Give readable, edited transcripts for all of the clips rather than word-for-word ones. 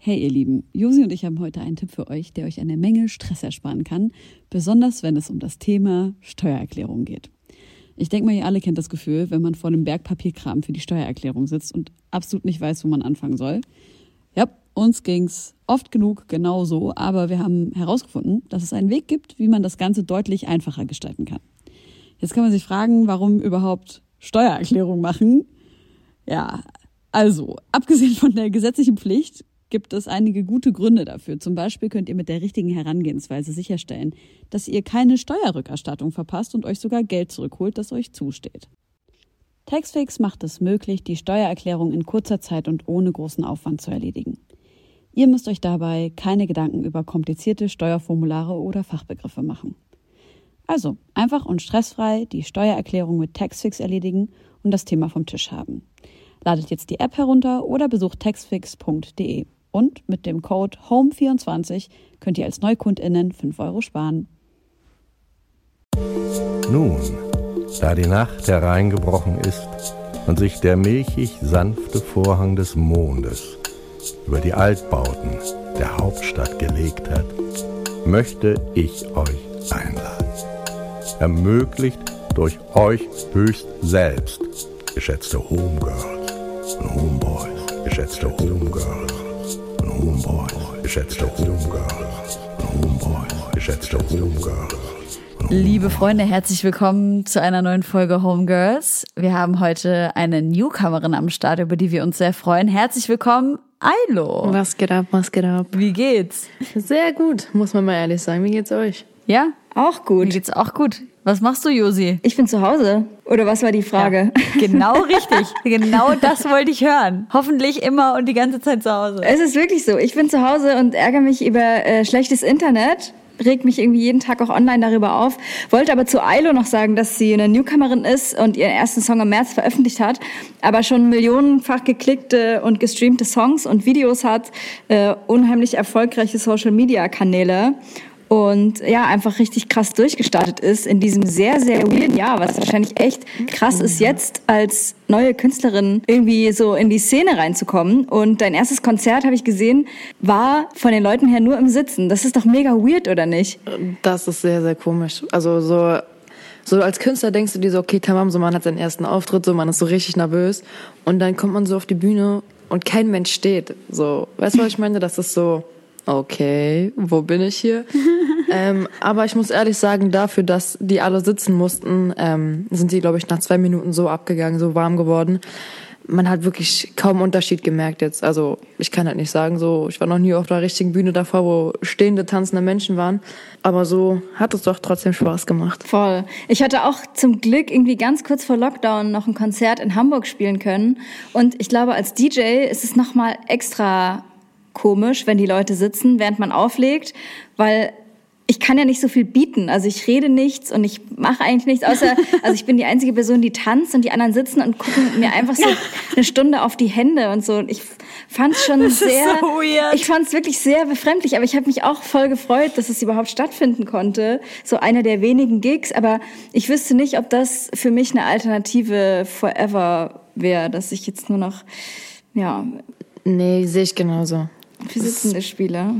Hey ihr Lieben, Josi und ich haben heute einen Tipp für euch, der euch eine Menge Stress ersparen kann, besonders wenn es um das Thema Steuererklärung geht. Ich denke mal, ihr alle kennt das Gefühl, wenn man vor dem Berg Papierkram für die Steuererklärung sitzt und absolut nicht weiß, wo man anfangen soll. Ja, uns ging's oft genug genauso, aber wir haben herausgefunden, dass es einen Weg gibt, wie man das Ganze deutlich einfacher gestalten kann. Jetzt kann man sich fragen, warum überhaupt Steuererklärung machen? Ja, also, abgesehen von der gesetzlichen Pflicht, gibt es einige gute Gründe dafür. Zum Beispiel könnt ihr mit der richtigen Herangehensweise sicherstellen, dass ihr keine Steuerrückerstattung verpasst und euch sogar Geld zurückholt, das euch zusteht. Taxfix macht es möglich, die Steuererklärung in kurzer Zeit und ohne großen Aufwand zu erledigen. Ihr müsst euch dabei keine Gedanken über komplizierte Steuerformulare oder Fachbegriffe machen. Also einfach und stressfrei die Steuererklärung mit Taxfix erledigen und das Thema vom Tisch haben. Ladet jetzt die App herunter oder besucht taxfix.de. Und mit dem Code HOME24 könnt ihr als NeukundInnen 5 € sparen. Nun, da die Nacht hereingebrochen ist und sich der milchig sanfte Vorhang des Mondes über die Altbauten der Hauptstadt gelegt hat, möchte ich euch einladen. Ermöglicht durch euch höchst selbst, geschätzte Homegirls und Homeboys, geschätzte Homegirls und Homeboys, geschätzte Homegirls und Homeboys, geschätzte Homegirls. Liebe Freunde, herzlich willkommen zu einer neuen Folge Homegirls. Wir haben heute eine Newcomerin am Start, über die wir uns sehr freuen. Herzlich willkommen, Ailo. Was geht ab, was geht ab? Wie geht's? Sehr gut, muss man mal ehrlich sagen. Wie geht's euch? Ja? Auch gut. Mir geht's auch gut. Was machst du, Josi? Ich bin zu Hause. Oder was war die Frage? Ja, genau richtig. Genau das wollte ich hören. Hoffentlich immer und die ganze Zeit zu Hause. Es ist wirklich so. Ich bin zu Hause und ärgere mich über schlechtes Internet. Regt mich irgendwie jeden Tag auch online darüber auf. Wollte aber zu Ailo noch sagen, dass sie eine Newcomerin ist und ihren ersten Song im März veröffentlicht hat, aber schon millionenfach geklickte und gestreamte Songs und Videos hat, unheimlich erfolgreiche Social-Media-Kanäle. Und ja, einfach richtig krass durchgestartet ist in diesem sehr, sehr weirden Jahr, was wahrscheinlich echt krass ist, jetzt als neue Künstlerin irgendwie so in die Szene reinzukommen. Und dein erstes Konzert, habe ich gesehen, war von den Leuten her nur im Sitzen. Das ist doch mega weird, oder nicht? Das ist sehr, sehr komisch. Also so als Künstler denkst du dir so, okay, tamam, so man hat seinen ersten Auftritt, so man ist so richtig nervös. Und dann kommt man so auf die Bühne und kein Mensch steht. So, weißt du, was ich meine? Das ist so... Okay, wo bin ich hier? Aber ich muss ehrlich sagen, dafür, dass die alle sitzen mussten, sind die, glaube ich, nach 2 Minuten so abgegangen, so warm geworden. Man hat wirklich kaum Unterschied gemerkt jetzt. Also ich kann halt nicht sagen, so ich war noch nie auf der richtigen Bühne davor, wo stehende, tanzende Menschen waren. Aber so hat es doch trotzdem Spaß gemacht. Voll. Ich hatte auch zum Glück irgendwie ganz kurz vor Lockdown noch ein Konzert in Hamburg spielen können. Und ich glaube, als DJ ist es nochmal extra komisch, wenn die Leute sitzen, während man auflegt, weil ich kann ja nicht so viel bieten. Also ich rede nichts und ich mache eigentlich nichts, außer, also ich bin die einzige Person, die tanzt und die anderen sitzen und gucken mir einfach so eine Stunde auf die Hände und so. Und ich fand's schon ich fand's wirklich sehr befremdlich, aber ich habe mich auch voll gefreut, dass es überhaupt stattfinden konnte. So einer der wenigen Gigs, aber ich wüsste nicht, ob das für mich eine Alternative forever wäre, dass ich jetzt nur noch, ja... Nee, sehe ich genauso. Für sitzende Spieler.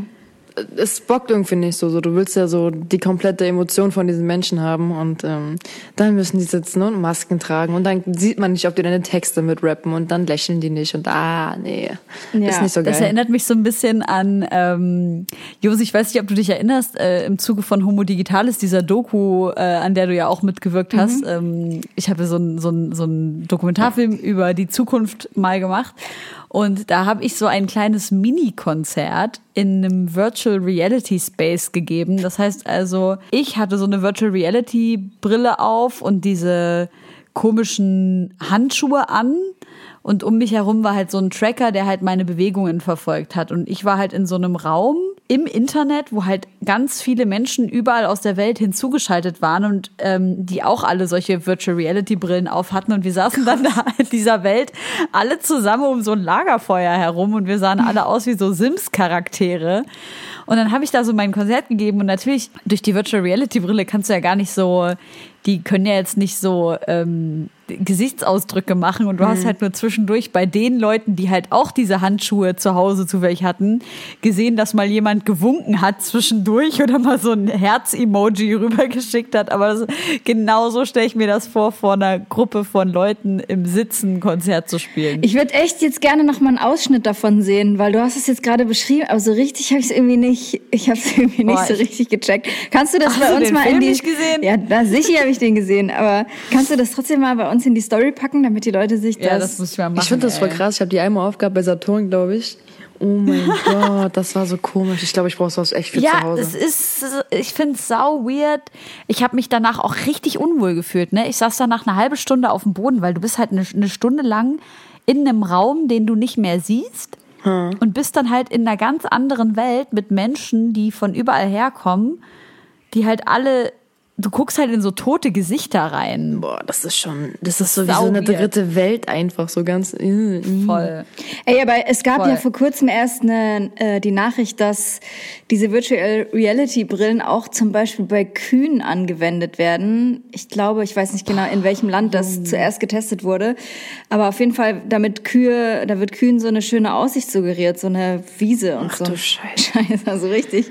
Es bockt irgendwie nicht so. Du willst ja so die komplette Emotion von diesen Menschen haben und dann müssen die sitzen und Masken tragen und dann sieht man nicht, ob die deine Texte mitrappen und dann lächeln die nicht und nee, ja, ist nicht so geil. Das erinnert mich so ein bisschen an, Josi, ich weiß nicht, ob du dich erinnerst, im Zuge von Homo Digitalis, dieser Doku, an der du ja auch mitgewirkt hast. Ich habe so einen Dokumentarfilm über die Zukunft mal gemacht. Und da habe ich so ein kleines Mini-Konzert in einem Virtual Reality Space gegeben. Das heißt also, ich hatte so eine Virtual Reality Brille auf und diese komischen Handschuhe an. Und um mich herum war halt so ein Tracker, der halt meine Bewegungen verfolgt hat. Und ich war halt in so einem Raum im Internet, wo halt ganz viele Menschen überall aus der Welt hinzugeschaltet waren und die auch alle solche Virtual Reality Brillen auf hatten. Und wir saßen dann da in dieser Welt alle zusammen um so ein Lagerfeuer herum und wir sahen alle aus wie so Sims-Charaktere. Und dann habe ich da so mein Konzert gegeben und natürlich durch die Virtual Reality Brille kannst du ja gar nicht so, die können ja jetzt nicht so Gesichtsausdrücke machen und du hast halt nur zwischendurch bei den Leuten, die halt auch diese Handschuhe zu Hause zufällig hatten, gesehen, dass mal jemand gewunken hat zwischendurch oder mal so ein Herz-Emoji rübergeschickt hat. Aber genauso stelle ich mir das vor einer Gruppe von Leuten im Sitzen ein Konzert zu spielen. Ich würde echt jetzt gerne noch mal einen Ausschnitt davon sehen, weil du hast es jetzt gerade beschrieben, aber so richtig habe ich es irgendwie nicht, so richtig gecheckt. Kannst du das bei uns mal Film in die... nicht gesehen? Ja, sicher habe ich den gesehen, aber kannst du das trotzdem mal bei uns in die Story packen, damit die Leute sich das... Ja, das muss ich mal machen. Ich finde das voll krass. Ich habe die einmal aufgehabt bei Saturn, glaube ich. Oh mein Gott, das war so komisch. Ich glaube, ich brauche sowas echt für zu Hause. Ich finde es sau weird. Ich habe mich danach auch richtig unwohl gefühlt. Ne? Ich saß danach eine halbe Stunde auf dem Boden, weil du bist halt eine Stunde lang in einem Raum, den du nicht mehr siehst und bist dann halt in einer ganz anderen Welt mit Menschen, die von überall herkommen, die halt alle... Du guckst halt in so tote Gesichter rein. Boah, das ist so wie so eine dritte Welt einfach, so ganz... Voll. Ey, aber es gab ja vor kurzem erst die Nachricht, dass diese Virtual Reality Brillen auch zum Beispiel bei Kühen angewendet werden. Ich glaube, ich weiß nicht genau, in welchem Land das zuerst getestet wurde. Aber auf jeden Fall, da wird Kühen so eine schöne Aussicht suggeriert, so eine Wiese und so. Ach du Scheiße. Also richtig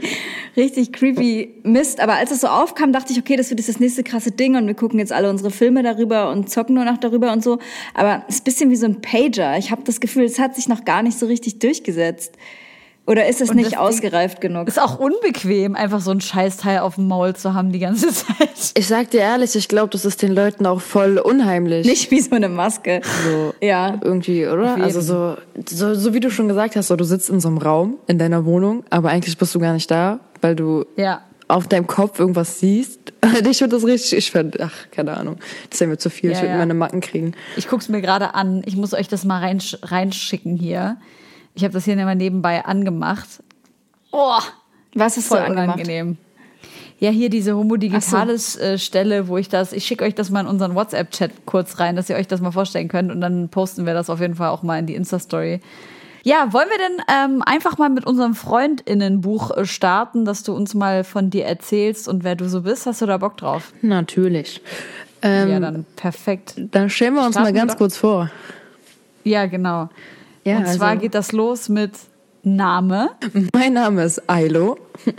creepy Mist. Aber als es so aufkam, dachte ich, okay, das wird das nächste krasse Ding und wir gucken jetzt alle unsere Filme darüber und zocken nur noch darüber und so. Aber es ist ein bisschen wie so ein Pager. Ich habe das Gefühl, es hat sich noch gar nicht so richtig durchgesetzt. Oder ist es nicht ausgereift genug? Ist auch unbequem, einfach so ein Scheißteil auf dem Maul zu haben die ganze Zeit. Ich sag dir ehrlich, ich glaube, das ist den Leuten auch voll unheimlich. Nicht wie so eine Maske. So, ja. Irgendwie, oder? Also so wie du schon gesagt hast, so, du sitzt in so einem Raum in deiner Wohnung, aber eigentlich bist du gar nicht da, weil du auf deinem Kopf irgendwas siehst. Ich finde das richtig, keine Ahnung. Das wäre mir zu viel, ich würde meine Macken kriegen. Ich guck's mir gerade an, ich muss euch das mal reinschicken hier. Ich habe das hier immer nebenbei angemacht. Oh, was ist voll so unangenehm. Ja, hier diese Homo Digitalis Stelle, wo ich schicke euch das mal in unseren WhatsApp-Chat kurz rein, dass ihr euch das mal vorstellen könnt und dann posten wir das auf jeden Fall auch mal in die Insta-Story. Ja, wollen wir denn einfach mal mit unserem FreundInnenbuch starten, dass du uns mal von dir erzählst und wer du so bist? Hast du da Bock drauf? Natürlich. Ja, dann perfekt. Dann stellen wir uns mal ganz kurz vor. Ja, genau. Ja, und zwar geht das los mit Name. Mein Name ist Aylo.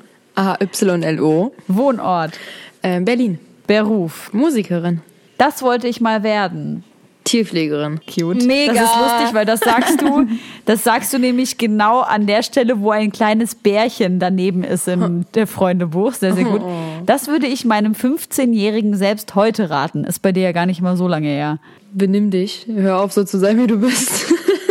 A-Y-L-O. Wohnort. Berlin. Beruf. Musikerin. Das wollte ich mal werden. Tierpflegerin. Cute. Mega. Das ist lustig, weil das sagst du nämlich genau an der Stelle, wo ein kleines Bärchen daneben ist im der Freundebuch. Sehr, sehr gut. Das würde ich meinem 15-Jährigen selbst heute raten. Ist bei dir ja gar nicht mal so lange her. Benimm dich. Hör auf, so zu sein, wie du bist.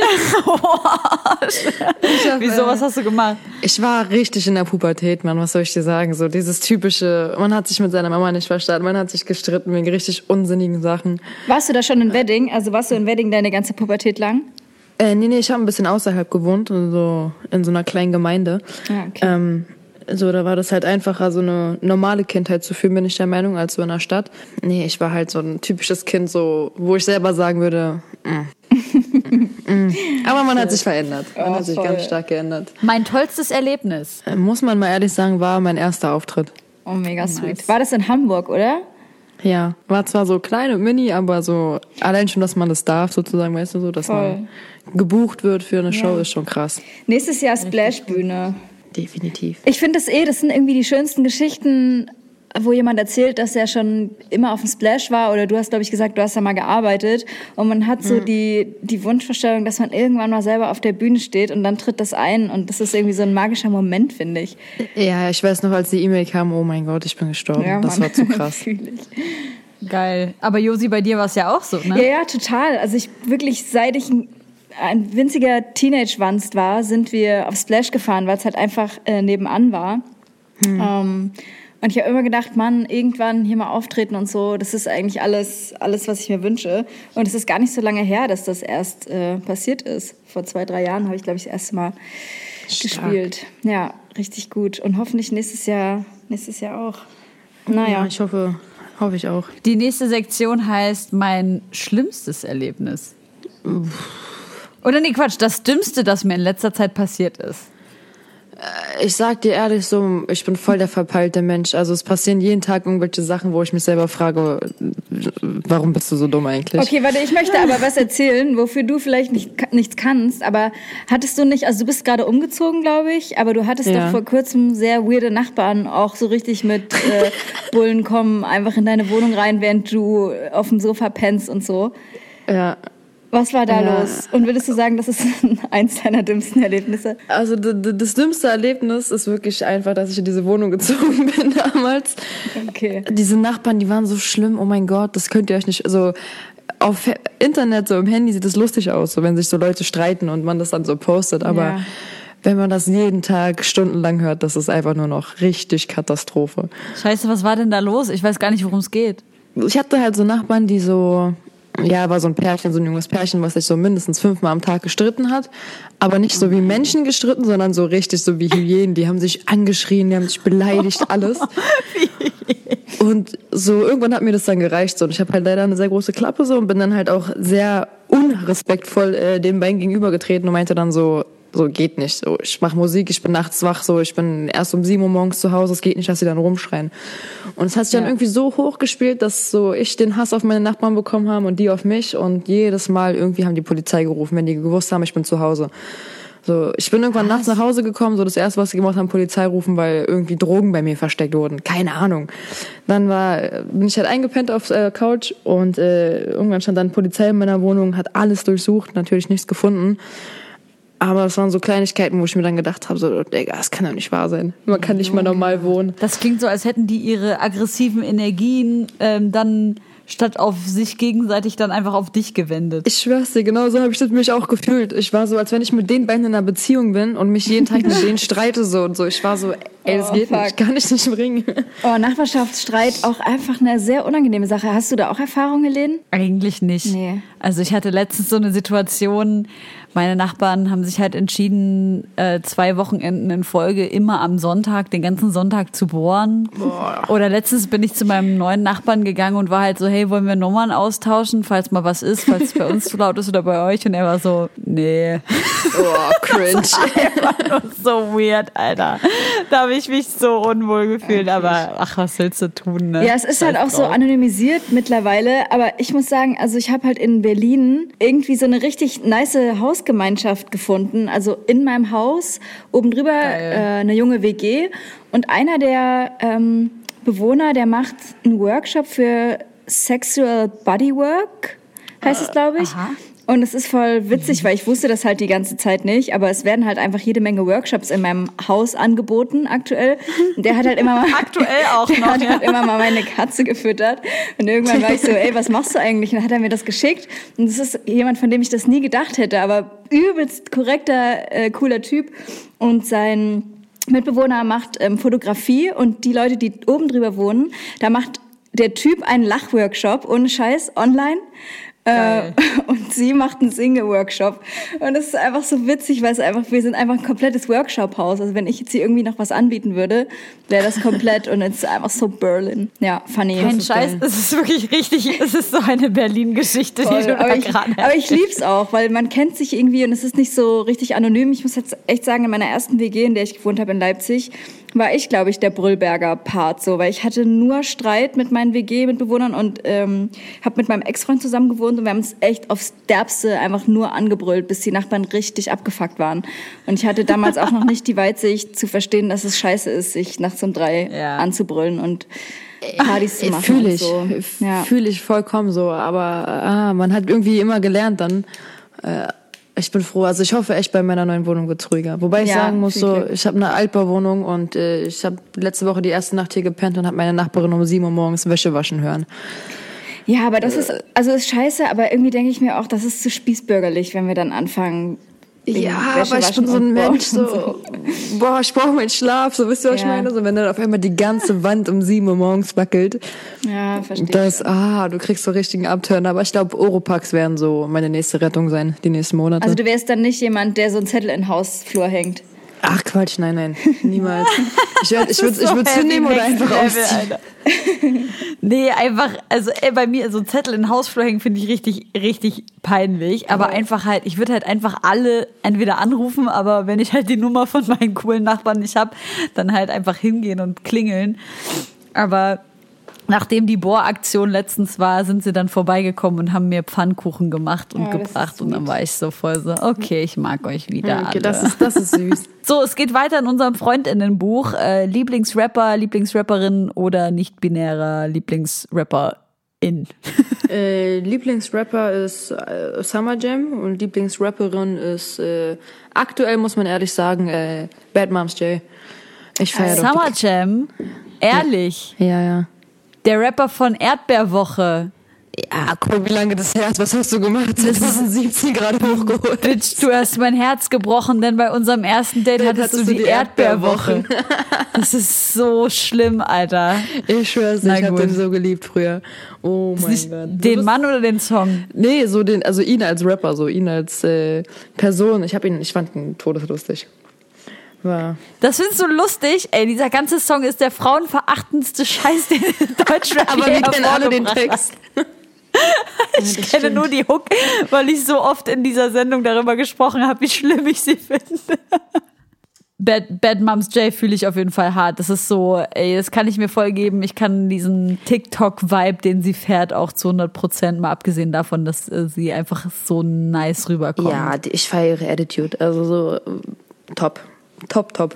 Wieso, was hast du gemacht? Ich war richtig in der Pubertät, Mann, was soll ich dir sagen? So dieses typische, man hat sich mit seiner Mama nicht verstanden, man hat sich gestritten wegen richtig unsinnigen Sachen. Warst du da schon in Wedding? Also warst du in Wedding deine ganze Pubertät lang? Nee, ich habe ein bisschen außerhalb gewohnt, so in so einer kleinen Gemeinde. Ah, okay. Da war das halt einfacher, so eine normale Kindheit zu führen, bin ich der Meinung, als so in der Stadt. Nee, ich war halt so ein typisches Kind, so, wo ich selber sagen würde, Aber man hat sich verändert. Man hat sich ganz stark geändert. Mein tollstes Erlebnis. Muss man mal ehrlich sagen, war mein erster Auftritt. Oh, mega sweet. War das in Hamburg, oder? Ja, war zwar so klein und mini, aber so allein schon, dass man das darf, sozusagen, weißt du, so, dass man gebucht wird für eine Show, ist schon krass. Nächstes Jahr Splash-Bühne. Definitiv. Ich finde das sind irgendwie die schönsten Geschichten, wo jemand erzählt, dass er schon immer auf dem Splash war, oder du hast, glaube ich, gesagt, du hast da mal gearbeitet, und man hat so die Wunschvorstellung, dass man irgendwann mal selber auf der Bühne steht und dann tritt das ein, und das ist irgendwie so ein magischer Moment, finde ich. Ja, ich weiß noch, als die E-Mail kam, oh mein Gott, ich bin gestorben. Ja, das war zu krass. Geil. Aber Josi, bei dir war es ja auch so, ne? Ja, total. Also ich wirklich, seit ich ein winziger Teenage-Wanst war, sind wir auf Splash gefahren, weil es halt einfach nebenan war. Und ich habe immer gedacht, Mann, irgendwann hier mal auftreten und so, das ist eigentlich alles, was ich mir wünsche. Und es ist gar nicht so lange her, dass das erst passiert ist. Vor 2-3 Jahren habe ich, glaube ich, das erste Mal gespielt. Ja, richtig gut. Und hoffentlich nächstes Jahr auch. Naja. Ja, ich hoffe ich auch. Die nächste Sektion heißt mein schlimmstes Erlebnis. Oder nee, Quatsch, das Dümmste, das mir in letzter Zeit passiert ist. Ich sag dir ehrlich so, ich bin voll der verpeilte Mensch. Also es passieren jeden Tag irgendwelche Sachen, wo ich mich selber frage, warum bist du so dumm eigentlich? Okay, warte, ich möchte aber was erzählen, wofür du vielleicht nichts kannst, aber hattest du nicht, also du bist gerade umgezogen, glaube ich, aber du hattest doch vor kurzem sehr weirde Nachbarn, auch so richtig mit Bullen kommen einfach in deine Wohnung rein, während du auf dem Sofa pennst und so. Ja. Was war da los? Und würdest du sagen, das ist eins deiner dümmsten Erlebnisse? Also das dümmste Erlebnis ist wirklich einfach, dass ich in diese Wohnung gezogen bin damals. Okay. Diese Nachbarn, die waren so schlimm, oh mein Gott, das könnt ihr euch nicht... Also auf Internet, so im Handy sieht es lustig aus, so wenn sich so Leute streiten und man das dann so postet, aber wenn man das jeden Tag stundenlang hört, das ist einfach nur noch richtig Katastrophe. Scheiße, was war denn da los? Ich weiß gar nicht, worum es geht. Ich hatte halt so Nachbarn, die so... Ja, war so ein Pärchen, so ein junges Pärchen, was sich so mindestens 5-mal am Tag gestritten hat. Aber nicht so wie Menschen gestritten, sondern so richtig so wie Hyänen. Die haben sich angeschrien, die haben sich beleidigt, alles. Und so irgendwann hat mir das dann gereicht. So. Und ich habe halt leider eine sehr große Klappe so und bin dann halt auch sehr unrespektvoll dem Bein gegenübergetreten und meinte dann so geht nicht. So, ich mache Musik, ich bin nachts wach, so ich bin erst um 7 Uhr morgens zu Hause, es geht nicht, dass sie dann rumschreien. Und es hat sich dann irgendwie so hochgespielt, dass so ich den Hass auf meine Nachbarn bekommen habe und die auf mich und jedes Mal irgendwie haben die Polizei gerufen, wenn die gewusst haben, ich bin zu Hause. So, ich bin irgendwann nachts nach Hause gekommen, so das erste, was sie gemacht haben, Polizei rufen, weil irgendwie Drogen bei mir versteckt wurden. Keine Ahnung. Dann bin ich halt eingepennt auf Couch und irgendwann stand dann Polizei in meiner Wohnung, hat alles durchsucht, natürlich nichts gefunden. Aber es waren so Kleinigkeiten, wo ich mir dann gedacht habe, so, Digga, das kann doch nicht wahr sein. Man kann nicht mal normal wohnen. Das klingt so, als hätten die ihre aggressiven Energien dann statt auf sich gegenseitig dann einfach auf dich gewendet. Ich schwör's dir, genau so habe ich das mich auch gefühlt. Ich war so, als wenn ich mit den beiden in einer Beziehung bin und mich jeden Tag mit denen streite so und so. Ich war so, ey, das geht nicht, kann ich nicht bringen. Oh, Nachbarschaftsstreit, auch einfach eine sehr unangenehme Sache. Hast du da auch Erfahrungen, Helene? Eigentlich nicht. Nee. Also ich hatte letztens so eine Situation, meine Nachbarn haben sich halt entschieden, 2 Wochenenden in Folge immer am Sonntag, den ganzen Sonntag zu bohren. Boah. Oder letztens bin ich zu meinem neuen Nachbarn gegangen und war halt so, hey, wollen wir Nummern austauschen, falls mal was ist, falls es bei uns zu laut ist oder bei euch? Und er war so, nee. Oh, cringe. Das war einfach nur so weird, Alter. Da habe ich mich so unwohl gefühlt, aber ach, was willst du tun, ne? Ja, es ist halt auch so anonymisiert mittlerweile, aber ich muss sagen, also ich habe halt in Berlin irgendwie so eine richtig nice Hausgemeinschaft gefunden, also in meinem Haus, oben drüber eine junge WG und einer der Bewohner, der macht einen Workshop für Sexual Bodywork, heißt es, glaube ich. Aha. Und es ist voll witzig, weil ich wusste das halt die ganze Zeit nicht, aber es werden halt einfach jede Menge Workshops in meinem Haus angeboten aktuell. Und der hat halt immer mal aktuell auch der noch, hat halt immer mal meine Katze gefüttert. Und irgendwann war ich so, ey, was machst du eigentlich? Und dann hat er mir das geschickt. Und das ist jemand, von dem ich das nie gedacht hätte, aber übelst korrekter, cooler Typ. Und sein Mitbewohner macht Fotografie und die Leute, die oben drüber wohnen, da macht der Typ einen Lachworkshop ohne Scheiß online. Und sie macht einen Single-Workshop. Und das ist einfach so witzig, weil wir sind einfach ein komplettes Workshop-Haus. Also wenn ich jetzt hier irgendwie noch was anbieten würde, wäre das komplett und es ist einfach so Berlin. Ja, funny. Kein Scheiß, es ist wirklich richtig, es ist so eine Berlin-Geschichte, die du da gerade aber ich lieb's auch, weil man kennt sich irgendwie und es ist nicht so richtig anonym. Ich muss jetzt echt sagen, in meiner ersten WG, in der ich gewohnt habe in Leipzig, war ich, glaube ich, der Brüllberger Part, so, weil ich hatte nur Streit mit meinen WG-Mitbewohnern und habe mit meinem Ex-Freund zusammen gewohnt und wir haben uns echt aufs Derbste einfach nur angebrüllt, bis die Nachbarn richtig abgefuckt waren. Und ich hatte damals auch noch nicht die Weitsicht zu verstehen, dass es scheiße ist, sich nachts um 3 anzubrüllen und Partys zu machen. Fühle ich, so. Fühle ich vollkommen so, aber man hat irgendwie immer gelernt dann. Ich bin froh, also ich hoffe echt, bei meiner neuen Wohnung wird's ruhiger. Wobei ich sagen muss, so, ich habe eine Altbauwohnung und ich habe letzte Woche die erste Nacht hier gepennt und habe meine Nachbarin um 7 Uhr morgens Wäsche waschen hören. Ja, aber das ist scheiße, aber irgendwie denke ich mir auch, das ist zu spießbürgerlich, wenn wir dann anfangen. Ja, aber ich bin so ein Mensch, so, boah, ich brauche meinen Schlaf, so, wisst ihr, was ich meine? So, wenn dann auf einmal die ganze Wand um 7 Uhr morgens wackelt. Ja, verstehe. Du kriegst so richtigen Abturn. Aber ich glaube, Oropax werden so meine nächste Rettung sein, die nächsten Monate. Also du wärst dann nicht jemand, der so einen Zettel in den Hausflur hängt? Ach Quatsch, nein, niemals. Ich würde hinnehmen oder einfach ausziehen. Nee, einfach, also bei mir so Zettel in den Hausflur hängen finde ich richtig, richtig peinlich. Aber einfach halt, ich würde halt einfach alle entweder anrufen, aber wenn ich halt die Nummer von meinen coolen Nachbarn nicht habe, dann halt einfach hingehen und klingeln. Aber nachdem die Bohraktion letztens war, sind sie dann vorbeigekommen und haben mir Pfannkuchen gemacht und gebracht. Und dann war ich so voll so, okay, ich mag euch wieder alle. Das ist süß. So, es geht weiter in unserem Freundinnenbuch. Lieblingsrapper, Lieblingsrapperin oder nicht-binärer Lieblingsrapperin. Lieblingsrapper ist Summer Jam und Lieblingsrapperin ist aktuell, muss man ehrlich sagen, Bad Moms J. Ich feiere Summer Jam? Ehrlich? Ja. Der Rapper von Erdbeerwoche. Ja, guck, wie lange das her ist. Was hast du gemacht? 2017 gerade hochgeholt. Bitch, du hast mein Herz gebrochen, denn bei unserem ersten Date hattest du die Erdbeerwoche. Das ist so schlimm, Alter. Ich schwör's, ich hab den so geliebt früher. Oh mein Gott. Den Mann oder den Song? Nee, also ihn als Rapper, so ihn als Person. Ich fand ihn todeslustig. War. Das findest du lustig? Ey, dieser ganze Song ist der frauenverachtendste Scheiß, den Deutschrap aber wir kennen alle den Text. Ich kenne nur die Hook, weil ich so oft in dieser Sendung darüber gesprochen habe, wie schlimm ich sie finde. Bad Moms J fühle ich auf jeden Fall hart. Das ist so, ey, das kann ich mir voll geben. Ich kann diesen TikTok-Vibe, den sie fährt, auch zu 100%, mal abgesehen davon, dass sie einfach so nice rüberkommt. Ja, ich feiere ihre Attitude. Also so top. Top.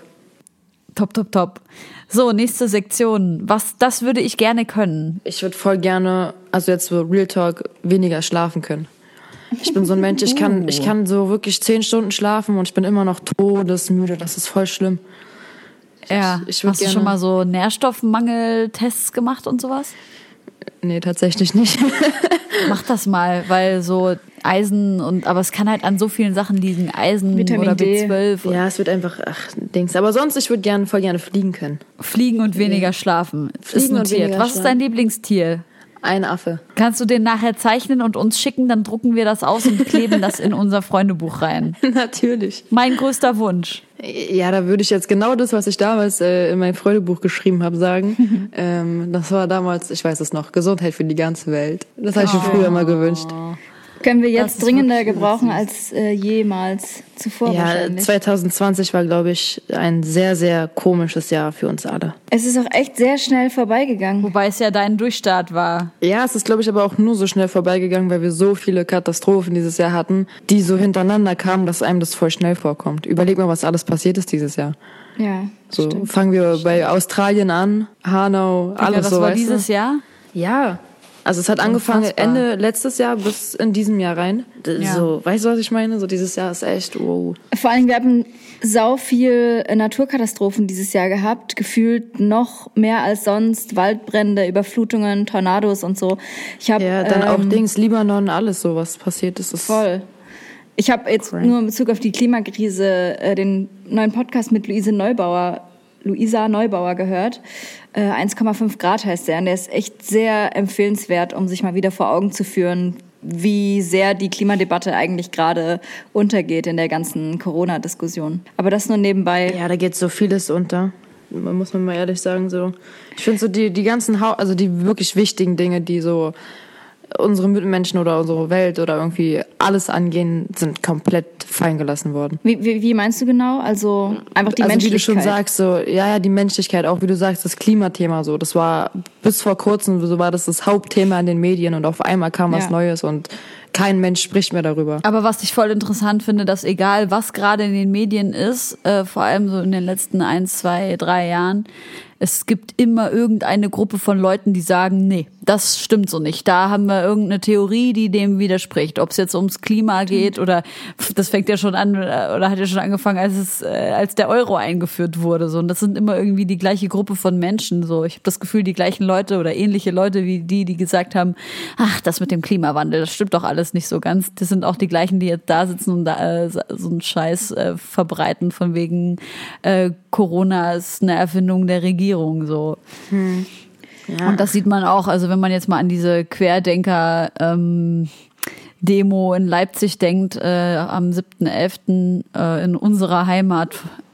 So, nächste Sektion. Das würde ich gerne können. Ich würde voll gerne, also jetzt so Real Talk, weniger schlafen können. Ich bin so ein Mensch, ich kann so wirklich 10 Stunden schlafen und ich bin immer noch todesmüde. Das ist voll schlimm. Ja, hast du schon mal so Nährstoffmangeltests gemacht und sowas? Nee, tatsächlich nicht. Mach das mal, weil so Eisen aber es kann halt an so vielen Sachen liegen. Eisen Vitamin oder D. B12. Ja, es wird einfach, Dings. Aber sonst, ich würde voll gerne fliegen können. Fliegen und weniger schlafen. Fliegen ist notiert. und weniger Was ist dein Lieblingstier? Ein Affe. Kannst du den nachher zeichnen und uns schicken? Dann drucken wir das aus und kleben das in unser Freundebuch rein. Natürlich. Mein größter Wunsch. Ja, da würde ich jetzt genau das, was ich damals in mein Freundebuch geschrieben habe, sagen. Das war damals, ich weiß es noch, Gesundheit für die ganze Welt. Das habe ich mir früher mal gewünscht. Können wir jetzt dringender gebrauchen als jemals zuvor wahrscheinlich. 2020 war, glaube ich, ein sehr, sehr komisches Jahr für uns alle. Es ist auch echt sehr schnell vorbeigegangen. Wobei es ja dein Durchstart war. Ja, es ist, glaube ich, aber auch nur so schnell vorbeigegangen, weil wir so viele Katastrophen dieses Jahr hatten, die so hintereinander kamen, dass einem das voll schnell vorkommt. Überleg mal, was alles passiert ist dieses Jahr. Ja, so stimmt. Fangen wir bei Australien an, Hanau, alles so. Das war dieses Jahr? Ja. Also es hat angefangen Ende letztes Jahr bis in diesem Jahr rein. Ja. So, weißt du, was ich meine? So dieses Jahr ist echt wow. Vor allem, wir haben sau viel Naturkatastrophen dieses Jahr gehabt. Gefühlt noch mehr als sonst. Waldbrände, Überflutungen, Tornados und so. Dann auch Libanon, alles so, was passiert ist. Voll. Ich habe jetzt nur in Bezug auf die Klimakrise den neuen Podcast mit Luisa Neubauer gehört. 1,5 Grad heißt der. Und der ist echt sehr empfehlenswert, um sich mal wieder vor Augen zu führen, wie sehr die Klimadebatte eigentlich gerade untergeht in der ganzen Corona-Diskussion. Aber das nur nebenbei. Ja, da geht so vieles unter. Muss man mal ehrlich sagen. So. Ich finde so die ganzen, also die wirklich wichtigen Dinge, die so unsere Mitmenschen oder unsere Welt oder irgendwie alles angehen, sind komplett fallen gelassen worden. Wie meinst du genau? Also einfach die Menschlichkeit. Wie du schon sagst, so, ja, die Menschlichkeit, auch wie du sagst, das Klimathema so, das war bis vor kurzem, so war das Hauptthema in den Medien und auf einmal kam was Neues und kein Mensch spricht mehr darüber. Aber was ich voll interessant finde, dass egal was gerade in den Medien ist, vor allem so in den letzten 1, 2, 3 Jahren, es gibt immer irgendeine Gruppe von Leuten, die sagen, nee, das stimmt so nicht. Da haben wir irgendeine Theorie, die dem widerspricht. Ob es jetzt ums Klima geht oder das fängt ja schon an oder hat ja schon angefangen, als der Euro eingeführt wurde. So. Und das sind immer irgendwie die gleiche Gruppe von Menschen. So. Ich habe das Gefühl, die gleichen Leute oder ähnliche Leute wie die gesagt haben, ach, das mit dem Klimawandel, das stimmt doch alles nicht so ganz. Das sind auch die gleichen, die jetzt da sitzen und da so einen Scheiß verbreiten von wegen Corona ist eine Erfindung der Regierung. So. Ja. Und das sieht man auch, also wenn man jetzt mal an diese Querdenker Demo in Leipzig denkt, am 7.11. In unserer Heimat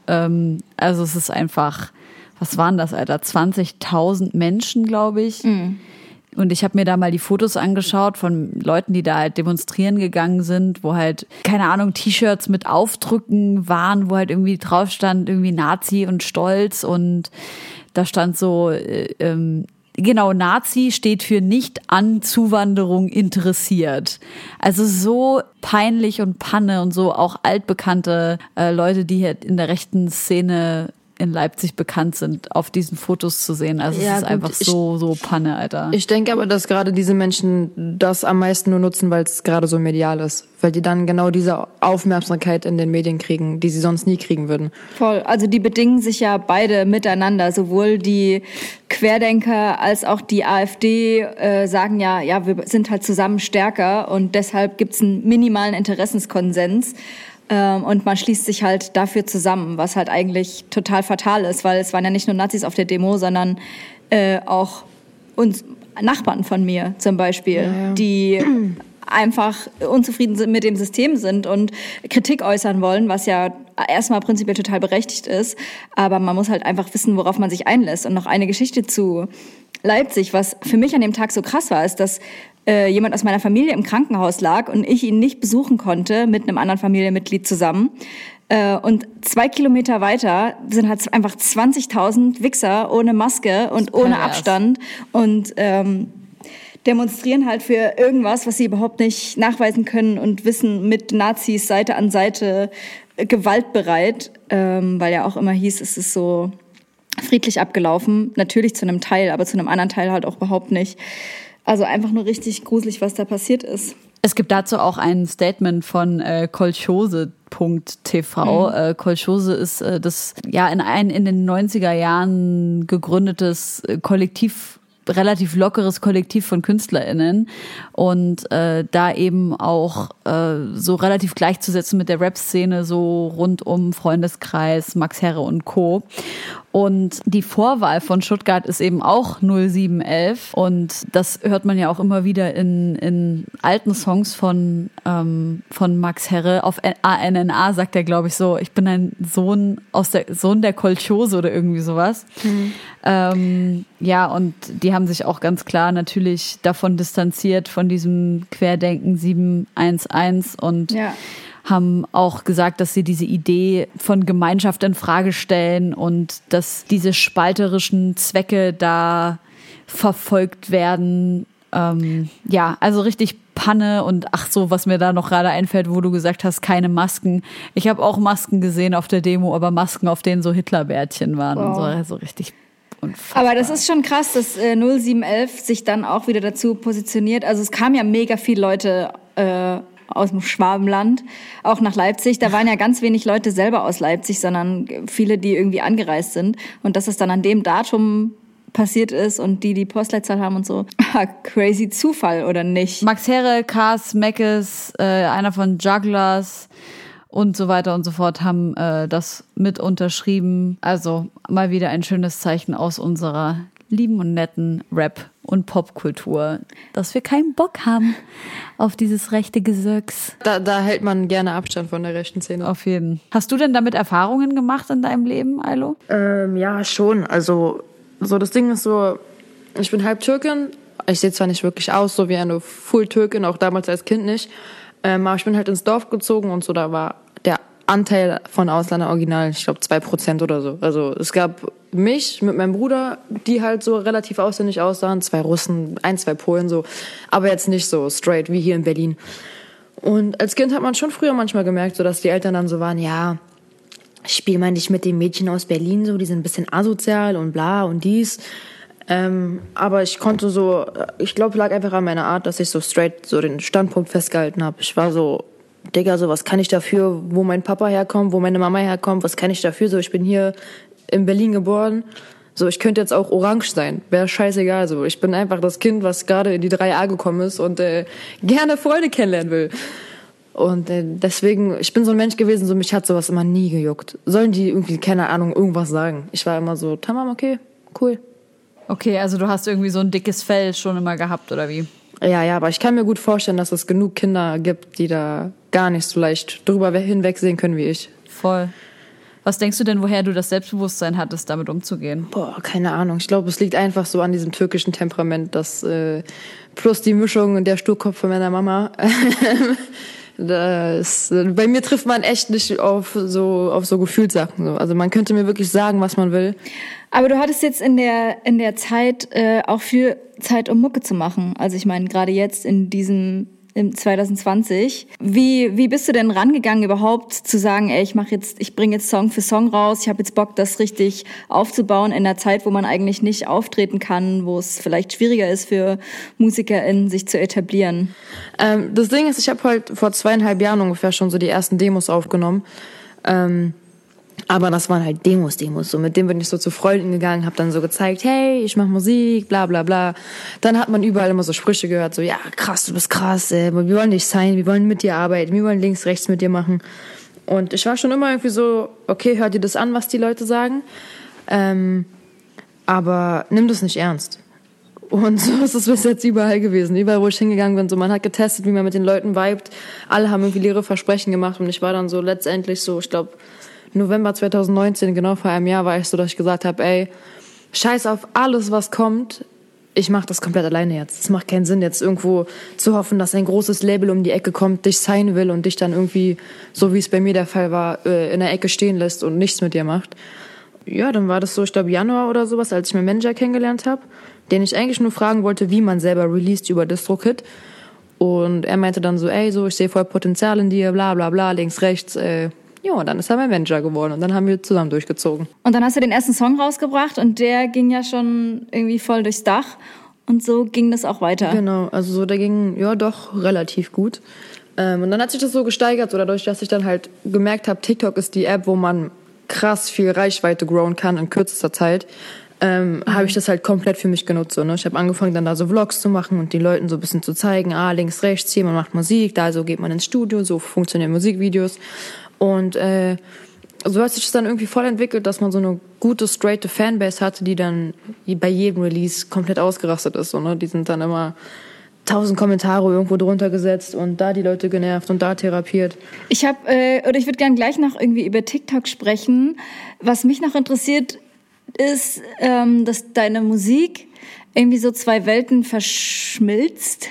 Also es ist einfach, was waren das, Alter? 20.000 Menschen, glaube ich. Mhm. Und ich habe mir da mal die Fotos angeschaut von Leuten, die da halt demonstrieren gegangen sind, wo halt, keine Ahnung, T-Shirts mit Aufdrücken waren, wo halt irgendwie drauf stand, irgendwie Nazi und Stolz. Und da stand so, genau, Nazi steht für nicht an Zuwanderung interessiert. Also so peinlich und Panne und so auch altbekannte Leute, die hier in der rechten Szene in Leipzig bekannt sind, auf diesen Fotos zu sehen. Also es ist einfach so Panne, Alter. Ich denke aber, dass gerade diese Menschen das am meisten nur nutzen, weil es gerade so medial ist. Weil die dann genau diese Aufmerksamkeit in den Medien kriegen, die sie sonst nie kriegen würden. Voll. Also die bedingen sich ja beide miteinander. Sowohl die Querdenker als auch die AfD sagen ja, wir sind halt zusammen stärker und deshalb gibt's einen minimalen Interessenskonsens. Und man schließt sich halt dafür zusammen, was halt eigentlich total fatal ist, weil es waren ja nicht nur Nazis auf der Demo, sondern auch uns Nachbarn von mir zum Beispiel, die einfach unzufrieden sind mit dem System sind und Kritik äußern wollen, was ja erstmal prinzipiell total berechtigt ist. Aber man muss halt einfach wissen, worauf man sich einlässt. Und noch eine Geschichte zu Leipzig, was für mich an dem Tag so krass war, ist, dass jemand aus meiner Familie im Krankenhaus lag und ich ihn nicht besuchen konnte mit einem anderen Familienmitglied zusammen. Und 2 Kilometer weiter sind halt einfach 20.000 Wichser ohne Maske und ohne Abstand und demonstrieren halt für irgendwas, was sie überhaupt nicht nachweisen können und wissen, mit Nazis Seite an Seite gewaltbereit, weil ja auch immer hieß, es ist so friedlich abgelaufen. Natürlich zu einem Teil, aber zu einem anderen Teil halt auch überhaupt nicht. Also einfach nur richtig gruselig, was da passiert ist. Es gibt dazu auch ein Statement von Kolchose.tv. Kolchose ist das ja in den 90er Jahren gegründetes Kollektiv, relativ lockeres Kollektiv von KünstlerInnen und da eben auch so relativ gleichzusetzen mit der Rap-Szene, so rund um Freundeskreis, Max Herre und Co. Und die Vorwahl von Stuttgart ist eben auch 0711 und das hört man ja auch immer wieder in alten Songs von Max Herre. Auf ANNA sagt er, glaube ich, so, ich bin ein Sohn der Kolchose oder irgendwie sowas. Ja, und die haben sich auch ganz klar natürlich davon distanziert, von diesem Querdenken 711 und haben auch gesagt, dass sie diese Idee von Gemeinschaft in Frage stellen und dass diese spalterischen Zwecke da verfolgt werden. Ja, also richtig Panne und ach so, was mir da noch gerade einfällt, wo du gesagt hast, keine Masken. Ich habe auch Masken gesehen auf der Demo, aber Masken, auf denen so Hitlerbärtchen waren und so, also richtig unfassbar. Aber das ist schon krass, dass 0711 sich dann auch wieder dazu positioniert. Also es kamen ja mega viele Leute aus dem Schwabenland, auch nach Leipzig. Da waren ja ganz wenig Leute selber aus Leipzig, sondern viele, die irgendwie angereist sind. Und dass es dann an dem Datum passiert ist und die Postleitzahl haben und so. Crazy Zufall, oder nicht? Max Herre, Kars, Meckes, einer von Jugglers und so weiter und so fort haben das mit unterschrieben. Also mal wieder ein schönes Zeichen aus unserer lieben und netten Rap- und Popkultur, dass wir keinen Bock haben auf dieses rechte Gesöcks. Da hält man gerne Abstand von der rechten Szene. Auf jeden. Hast du denn damit Erfahrungen gemacht in deinem Leben, Ailo? Ja, schon. Also so das Ding ist so, ich bin halb Türkin. Ich sehe zwar nicht wirklich aus, so wie eine Full-Türkin, auch damals als Kind nicht. Aber ich bin halt ins Dorf gezogen und so, da war der Anteil von Ausländern original, ich glaube 2% oder so. Also es gab mich mit meinem Bruder, die halt so relativ ausländisch aussahen, 2 Russen, 2 Polen so, aber jetzt nicht so straight wie hier in Berlin. Und als Kind hat man schon früher manchmal gemerkt, so dass die Eltern dann so waren, ja, spiel mal nicht mit den Mädchen aus Berlin so, die sind ein bisschen asozial und bla und dies. Aber ich konnte so, ich glaube, lag einfach an meiner Art, dass ich so straight so den Standpunkt festgehalten habe. Ich war so, Digga, so was kann ich dafür, wo mein Papa herkommt, wo meine Mama herkommt, was kann ich dafür, so ich bin hier in Berlin geboren, so ich könnte jetzt auch orange sein, wäre scheißegal, so ich bin einfach das Kind, was gerade in die 3a gekommen ist und gerne Freunde kennenlernen will. Und deswegen, ich bin so ein Mensch gewesen, so mich hat sowas immer nie gejuckt. Sollen die irgendwie, keine Ahnung, irgendwas sagen? Ich war immer so, tamam, okay, cool. Okay, also du hast irgendwie so ein dickes Fell schon immer gehabt, oder wie? Ja, aber ich kann mir gut vorstellen, dass es genug Kinder gibt, die da gar nicht so leicht drüber hinwegsehen können wie ich. Voll. Was denkst du denn, woher du das Selbstbewusstsein hattest, damit umzugehen? Boah, keine Ahnung. Ich glaube, es liegt einfach so an diesem türkischen Temperament, dass plus die Mischung und der Sturkopf von meiner Mama. Bei mir trifft man echt nicht auf so Gefühlssachen. So. Also man könnte mir wirklich sagen, was man will. Aber du hattest jetzt in der Zeit auch viel Zeit, um Mucke zu machen. Also ich meine, gerade jetzt im 2020. Wie bist du denn rangegangen überhaupt zu sagen, ey, ich bringe jetzt Song für Song raus, ich habe jetzt Bock, das richtig aufzubauen in einer Zeit, wo man eigentlich nicht auftreten kann, wo es vielleicht schwieriger ist für MusikerInnen, sich zu etablieren? Das Ding ist, ich habe halt vor 2,5 Jahren ungefähr schon so die ersten Demos aufgenommen. Aber das waren halt Demos. So, mit denen bin ich so zu Freunden gegangen, habe dann so gezeigt, hey, ich mache Musik, bla bla bla. Dann hat man überall immer so Sprüche gehört, so, ja, krass, du bist krass, wir wollen dich sein, wir wollen mit dir arbeiten, wir wollen links, rechts mit dir machen. Und ich war schon immer irgendwie so, okay, hör dir das an, was die Leute sagen, aber nimm das nicht ernst. Und so ist es bis jetzt überall gewesen. Überall, wo ich hingegangen bin, so, man hat getestet, wie man mit den Leuten vibet. Alle haben irgendwie leere Versprechen gemacht und ich war dann so letztendlich so, ich glaube, November 2019, genau vor einem Jahr, war ich so, dass ich gesagt habe, ey, scheiß auf alles, was kommt, ich mache das komplett alleine jetzt. Es macht keinen Sinn, jetzt irgendwo zu hoffen, dass ein großes Label um die Ecke kommt, dich signen will und dich dann irgendwie, so wie es bei mir der Fall war, in der Ecke stehen lässt und nichts mit dir macht. Ja, dann war das so, ich glaube Januar oder sowas, als ich meinen Manager kennengelernt habe, den ich eigentlich nur fragen wollte, wie man selber released über DistroKid. Und er meinte dann so, ey, so, ich sehe voll Potenzial in dir, bla bla bla, links, rechts, ja, und dann ist er mein Manager geworden und dann haben wir zusammen durchgezogen. Und dann hast du den ersten Song rausgebracht und der ging ja schon irgendwie voll durchs Dach und so ging das auch weiter. Genau, also so, der ging ja doch relativ gut. Und dann hat sich das so gesteigert, so dadurch, dass ich dann halt gemerkt habe, TikTok ist die App, wo man krass viel Reichweite growen kann in kürzester Zeit, habe ich das halt komplett für mich genutzt. So, ne? Ich habe angefangen, dann da so Vlogs zu machen und den Leuten so ein bisschen zu zeigen, links, rechts, hier, man macht Musik, da so geht man ins Studio, so funktionieren Musikvideos. Und so hat sich das dann irgendwie voll entwickelt, dass man so eine gute, straighte Fanbase hatte, die dann bei jedem Release komplett ausgerastet ist. So, ne? Die sind dann immer 1000 Kommentare irgendwo drunter gesetzt und da die Leute genervt und da therapiert. Ich würde gerne gleich noch irgendwie über TikTok sprechen. Was mich noch interessiert, ist, dass deine Musik irgendwie so zwei Welten verschmelzt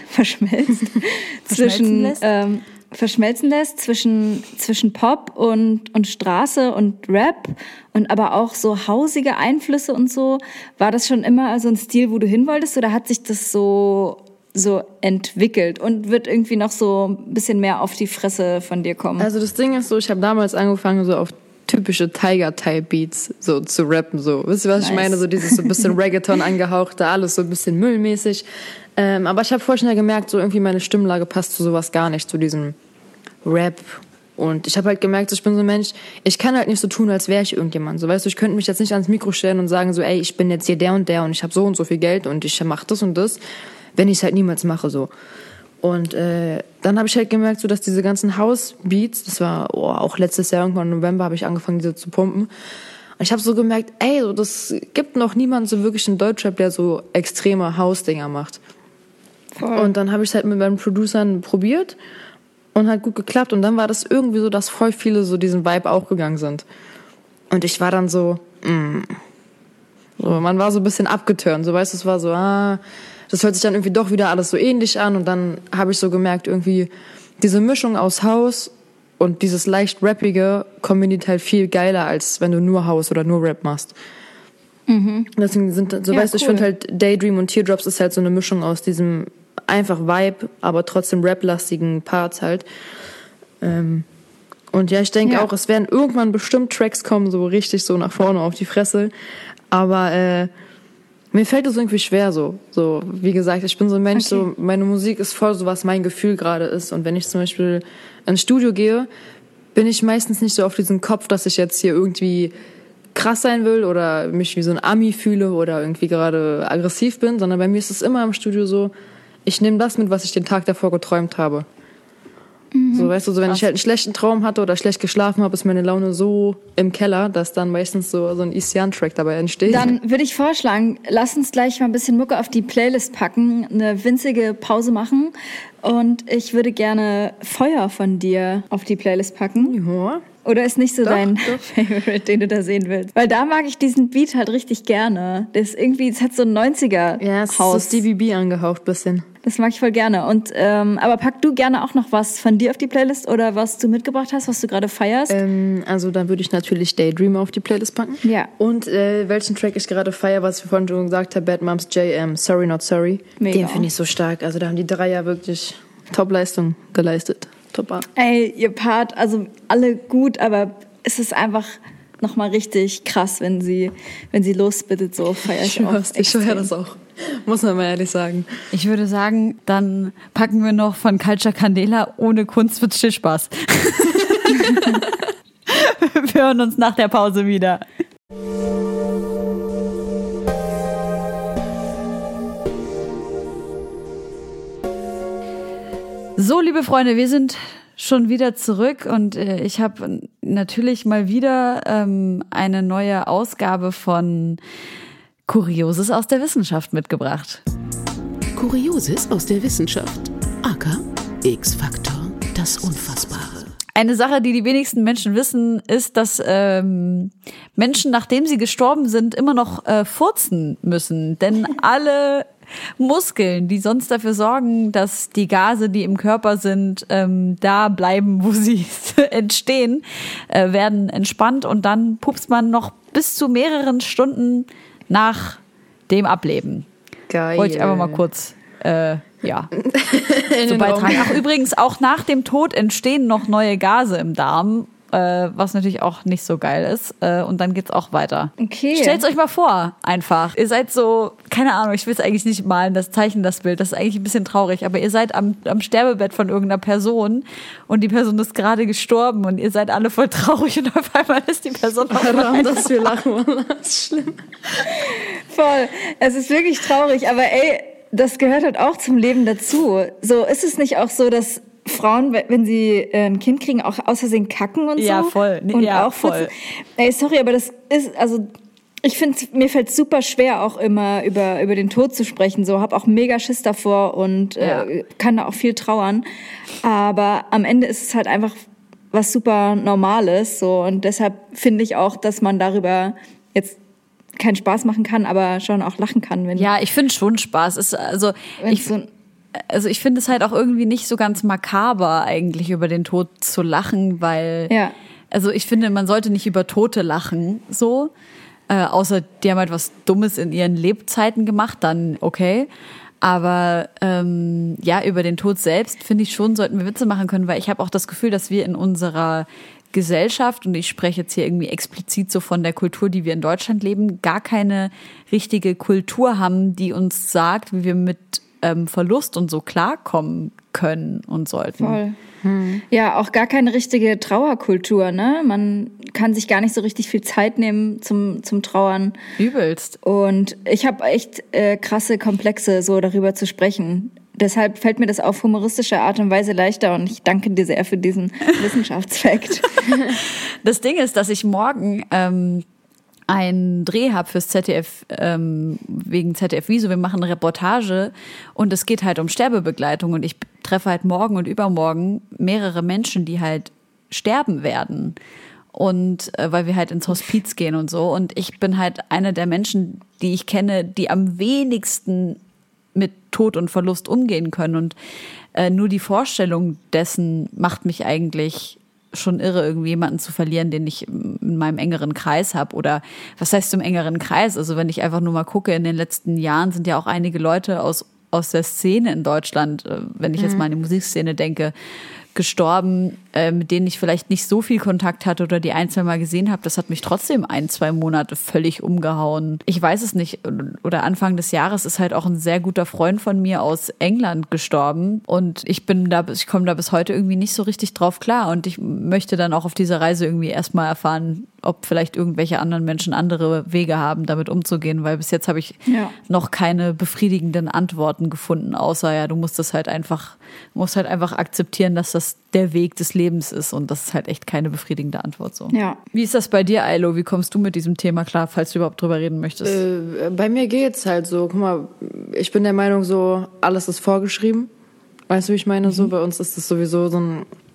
verschmelzen lässt zwischen Pop und Straße und Rap und aber auch so hausige Einflüsse und so. War das schon immer so ein Stil, wo du hin wolltest, oder hat sich das so entwickelt und wird irgendwie noch so ein bisschen mehr auf die Fresse von dir kommen? Also das Ding ist so, ich habe damals angefangen, so auf typische Tiger-Type-Beats so zu rappen. So. Wisst ihr, was ich meine? So dieses so ein bisschen Reggaeton angehauchte, alles so ein bisschen müllmäßig. Aber ich habe voll schnell gemerkt, so irgendwie meine Stimmlage passt zu sowas gar nicht, zu diesem Rap. Und ich habe halt gemerkt, so, ich bin so ein Mensch, ich kann halt nicht so tun, als wäre ich irgendjemand. So, weißt du, ich könnte mich jetzt nicht ans Mikro stellen und sagen so, ey, ich bin jetzt hier der und der und ich habe so und so viel Geld und ich mache das und das, wenn ich es halt niemals mache, so. Und dann habe ich halt gemerkt, so, dass diese ganzen House-Beats, das war auch letztes Jahr irgendwann im November, habe ich angefangen, diese zu pumpen. Und ich habe so gemerkt, ey, so, das gibt noch niemanden so wirklich in Deutschrap, der so extreme House-Dinger macht. Voll. Und dann habe ich es halt mit meinen Producern probiert und hat gut geklappt. Und dann war das irgendwie so, dass voll viele so diesen Vibe auch gegangen sind. Und ich war dann so, so, man war so ein bisschen abgeturnt. So, weißt du, es war so, das hört sich dann irgendwie doch wieder alles so ähnlich an. Und dann habe ich so gemerkt, irgendwie diese Mischung aus House und dieses leicht Rappige kombiniert halt viel geiler, als wenn du nur House oder nur Rap machst. Mhm. Deswegen sind so, weißt du, ich finde halt Daydream und Teardrops ist halt so eine Mischung aus diesem einfach Vibe, aber trotzdem Rap-lastigen Parts halt. Und ja, ich denke auch, es werden irgendwann bestimmt Tracks kommen, so richtig so nach vorne auf die Fresse. Aber mir fällt es irgendwie schwer so. So, wie gesagt, ich bin so ein Mensch, so, meine Musik ist voll so, was mein Gefühl gerade ist. Und wenn ich zum Beispiel ins Studio gehe, bin ich meistens nicht so auf diesen Kopf, dass ich jetzt hier irgendwie krass sein will oder mich wie so ein Ami fühle oder irgendwie gerade aggressiv bin, sondern bei mir ist es immer im Studio so, ich nehme das mit, was ich den Tag davor geträumt habe. Mhm. So, weißt du, so, wenn ich halt einen schlechten Traum hatte oder schlecht geschlafen habe, ist meine Laune so im Keller, dass dann meistens so ein Isian-Track dabei entsteht. Dann würde ich vorschlagen, lass uns gleich mal ein bisschen Mucke auf die Playlist packen, eine winzige Pause machen und ich würde gerne Feuer von dir auf die Playlist packen. Ja. Oder ist nicht so Doch, dein doch. Favorite, den du da sehen willst? Weil da mag ich diesen Beat halt richtig gerne. Das irgendwie, es hat so ein 90er Ja, es ist so Haus. Stevie B angehaucht bisschen. Das mag ich voll gerne. Und aber pack du gerne auch noch was von dir auf die Playlist oder was du mitgebracht hast, was du gerade feierst? Also dann würde ich natürlich Daydream auf die Playlist packen. Ja. Und welchen Track ich gerade feiere, was ich vorhin schon gesagt habe, Bad Moms J, Sorry Not Sorry. Mega. Den finde ich so stark. Also da haben die Dreier wirklich Top-Leistung geleistet. Top. Ey, ihr Part, also alle gut, aber es ist einfach nochmal richtig krass, wenn sie losbittet, so feier ich auch. Ich höre das auch. Muss man mal ehrlich sagen. Ich würde sagen, dann packen wir noch von Culture Candela, ohne Kunst wird Stillspaß. Wir hören uns nach der Pause wieder. So, liebe Freunde, wir sind schon wieder zurück und ich habe natürlich mal wieder eine neue Ausgabe von Kurioses aus der Wissenschaft mitgebracht. Kurioses aus der Wissenschaft. aka X-Faktor, das Unfassbare. Eine Sache, die die wenigsten Menschen wissen, ist, dass Menschen, nachdem sie gestorben sind, immer noch furzen müssen. Denn alle Muskeln, die sonst dafür sorgen, dass die Gase, die im Körper sind, da bleiben, wo sie entstehen, werden entspannt und dann pupst man noch bis zu mehreren Stunden nach dem Ableben. Geil. Wollte ich einfach mal kurz so den beitragen. Raum. Ach, übrigens, auch nach dem Tod entstehen noch neue Gase im Darm, was natürlich auch nicht so geil ist. Und dann geht's auch weiter. Okay. Stellt's euch mal vor, einfach. Ihr seid so, keine Ahnung, ich will es eigentlich nicht malen, zeichnen das Bild. Das ist eigentlich ein bisschen traurig. Aber ihr seid am Sterbebett von irgendeiner Person und die Person ist gerade gestorben und ihr seid alle voll traurig und auf einmal ist die Person auch Warum, dass wir lachen wollen, das ist schlimm. Voll. Es ist wirklich traurig, aber ey, das gehört halt auch zum Leben dazu. So, ist es nicht auch so, dass Frauen, wenn sie ein Kind kriegen, auch aus Versehen kacken und so? Ja, voll. Nee, Und ja, auch voll. Ey, sorry, aber das ist, also ich finde, mir fällt super schwer, auch immer über den Tod zu sprechen. So, hab auch mega Schiss davor und kann da auch viel trauern. Aber am Ende ist es halt einfach was super Normales. So, und deshalb finde ich auch, dass man darüber jetzt keinen Spaß machen kann, aber schon auch lachen kann. Wenn Ja, ich finde schon Spaß. Ich finde es halt auch irgendwie nicht so ganz makaber, eigentlich über den Tod zu lachen, weil, also ich finde, man sollte nicht über Tote lachen, so. Außer die haben halt was Dummes in ihren Lebzeiten gemacht, dann okay. Aber über den Tod selbst, finde ich schon, sollten wir Witze machen können, weil ich habe auch das Gefühl, dass wir in unserer Gesellschaft, und ich spreche jetzt hier irgendwie explizit so von der Kultur, die wir in Deutschland leben, gar keine richtige Kultur haben, die uns sagt, wie wir mit Verlust und so klarkommen können und sollten. Voll. Ja, auch gar keine richtige Trauerkultur, ne? Man kann sich gar nicht so richtig viel Zeit nehmen zum Trauern. Übelst. Und ich habe echt krasse Komplexe, so darüber zu sprechen. Deshalb fällt mir das auf humoristische Art und Weise leichter und ich danke dir sehr für diesen Wissenschaftsfakt. Das Ding ist, dass ich morgen einen Dreh habe fürs ZDF, wegen ZDF Wieso. Wir machen eine Reportage und es geht halt um Sterbebegleitung und ich treffe halt morgen und übermorgen mehrere Menschen, die halt sterben werden. Und weil wir halt ins Hospiz gehen und so. Und ich bin halt eine der Menschen, die ich kenne, die am wenigsten mit Tod und Verlust umgehen können. Und nur die Vorstellung dessen macht mich eigentlich schon irre, irgendwie jemanden zu verlieren, den ich in meinem engeren Kreis habe. Oder was heißt im engeren Kreis? Also wenn ich einfach nur mal gucke, in den letzten Jahren sind ja auch einige Leute aus der Szene in Deutschland, wenn ich jetzt mal an die Musikszene denke, gestorben, mit denen ich vielleicht nicht so viel Kontakt hatte oder die ein, zwei Mal gesehen habe. Das hat mich trotzdem 1-2 Monate völlig umgehauen. Ich weiß es nicht. Oder Anfang des Jahres ist halt auch ein sehr guter Freund von mir aus England gestorben. Und ich komme da bis heute irgendwie nicht so richtig drauf klar. Und ich möchte dann auch auf dieser Reise irgendwie erstmal erfahren, ob vielleicht irgendwelche anderen Menschen andere Wege haben, damit umzugehen. Weil bis jetzt habe ich noch keine befriedigenden Antworten gefunden, außer du musst halt einfach akzeptieren, dass das der Weg des Lebens ist und das ist halt echt keine befriedigende Antwort so. Ja. Wie ist das bei dir, Ailo? Wie kommst du mit diesem Thema klar, falls du überhaupt drüber reden möchtest? Bei mir geht's halt so. Guck mal, ich bin der Meinung so, alles ist vorgeschrieben. Weißt du, wie ich meine? So, bei uns ist das sowieso so ein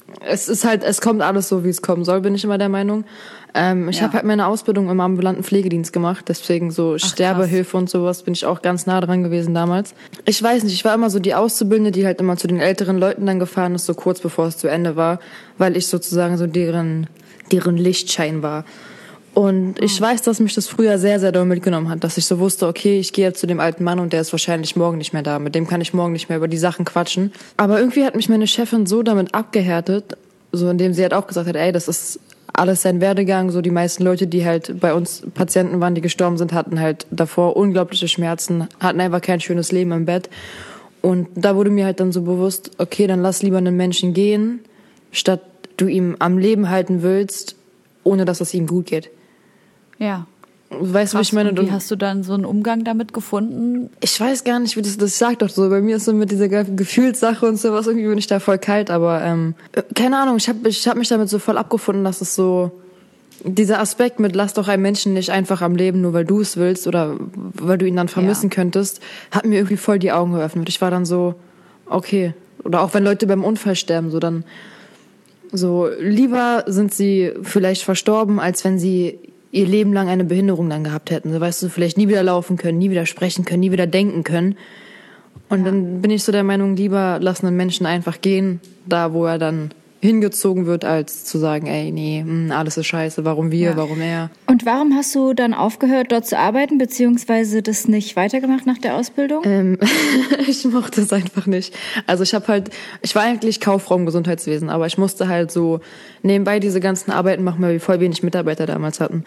es kommt alles so, wie es kommen soll, bin ich immer der Meinung. Ich habe halt meine Ausbildung im ambulanten Pflegedienst gemacht, deswegen so Sterbehilfe und sowas bin ich auch ganz nah dran gewesen damals. Ich weiß nicht, ich war immer so die Auszubildende, die halt immer zu den älteren Leuten dann gefahren ist, so kurz bevor es zu Ende war, weil ich sozusagen so deren Lichtschein war. Und ich weiß, dass mich das früher sehr, sehr doll mitgenommen hat, dass ich so wusste, okay, ich gehe jetzt zu dem alten Mann und der ist wahrscheinlich morgen nicht mehr da. Mit dem kann ich morgen nicht mehr über die Sachen quatschen. Aber irgendwie hat mich meine Chefin so damit abgehärtet, so indem sie halt auch gesagt hat, ey, das ist alles sein Werdegang. So die meisten Leute, die halt bei uns Patienten waren, die gestorben sind, hatten halt davor unglaubliche Schmerzen, hatten einfach kein schönes Leben im Bett. Und da wurde mir halt dann so bewusst, okay, dann lass lieber einen Menschen gehen, statt du ihm am Leben halten willst, ohne dass es ihm gut geht. Ja. Weißt du, was ich meine? Wie hast du dann so einen Umgang damit gefunden? Ich weiß gar nicht, wie das sagt doch so. Bei mir ist so mit dieser Gefühlssache und sowas, irgendwie bin ich da voll kalt, aber keine Ahnung, ich hab mich damit so voll abgefunden, dass es so dieser Aspekt mit lass doch einen Menschen nicht einfach am Leben, nur weil du es willst oder weil du ihn dann vermissen könntest, hat mir irgendwie voll die Augen geöffnet. Ich war dann so, okay. Oder auch wenn Leute beim Unfall sterben, so dann so lieber sind sie vielleicht verstorben, als wenn sie ihr Leben lang eine Behinderung dann gehabt hätten. So, weißt du, vielleicht nie wieder laufen können, nie wieder sprechen können, nie wieder denken können. Und dann bin ich so der Meinung, lieber lassen einen Menschen einfach gehen, da wo er dann hingezogen wird, als zu sagen, ey, nee, alles ist scheiße, warum wir, warum er. Und warum hast du dann aufgehört, dort zu arbeiten, beziehungsweise das nicht weitergemacht nach der Ausbildung? Ich mochte es einfach nicht. Also ich war eigentlich Kauffrau im Gesundheitswesen, aber ich musste halt so nebenbei diese ganzen Arbeiten machen, weil wir voll wenig Mitarbeiter damals hatten.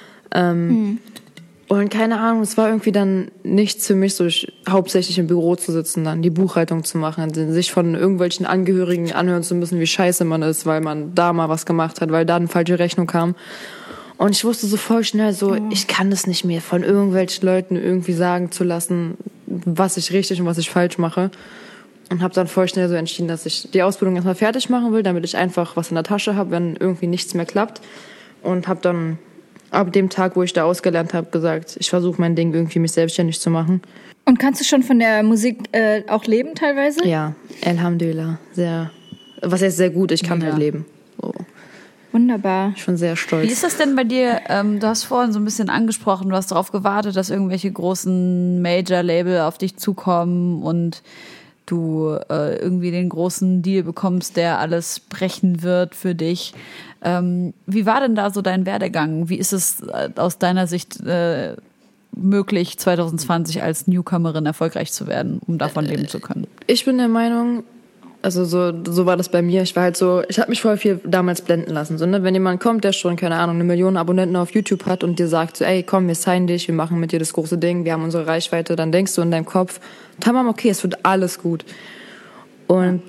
Und keine Ahnung, es war irgendwie dann nichts für mich, so hauptsächlich im Büro zu sitzen, dann die Buchhaltung zu machen, sich von irgendwelchen Angehörigen anhören zu müssen, wie scheiße man ist, weil man da mal was gemacht hat, weil da eine falsche Rechnung kam. Und ich wusste so voll schnell so, ich kann das nicht mehr von irgendwelchen Leuten irgendwie sagen zu lassen, was ich richtig und was ich falsch mache. Und habe dann voll schnell so entschieden, dass ich die Ausbildung erstmal fertig machen will, damit ich einfach was in der Tasche habe, wenn irgendwie nichts mehr klappt. Und habe dann ab dem Tag, wo ich da ausgelernt habe, gesagt, ich versuche mein Ding irgendwie mich selbstständig zu machen. Und kannst du schon von der Musik auch leben teilweise? Ja, Alhamdulillah. Was heißt sehr gut, ich kann halt leben. So. Wunderbar. Ich bin sehr stolz. Wie ist das denn bei dir? Du hast vorhin so ein bisschen angesprochen, du hast darauf gewartet, dass irgendwelche großen Major-Label auf dich zukommen und du irgendwie den großen Deal bekommst, der alles brechen wird für dich. Wie war denn da so dein Werdegang? Wie ist es aus deiner Sicht möglich, 2020 als Newcomerin erfolgreich zu werden, um davon leben zu können? Ich bin der Meinung, also so war das bei mir. Ich habe mich voll viel damals blenden lassen. So, ne? Wenn jemand kommt, der schon, keine Ahnung, 1 Million Abonnenten auf YouTube hat und dir sagt so, ey, komm, wir signen dich, wir machen mit dir das große Ding, wir haben unsere Reichweite, dann denkst du in deinem Kopf, tamam, okay, es wird alles gut. Und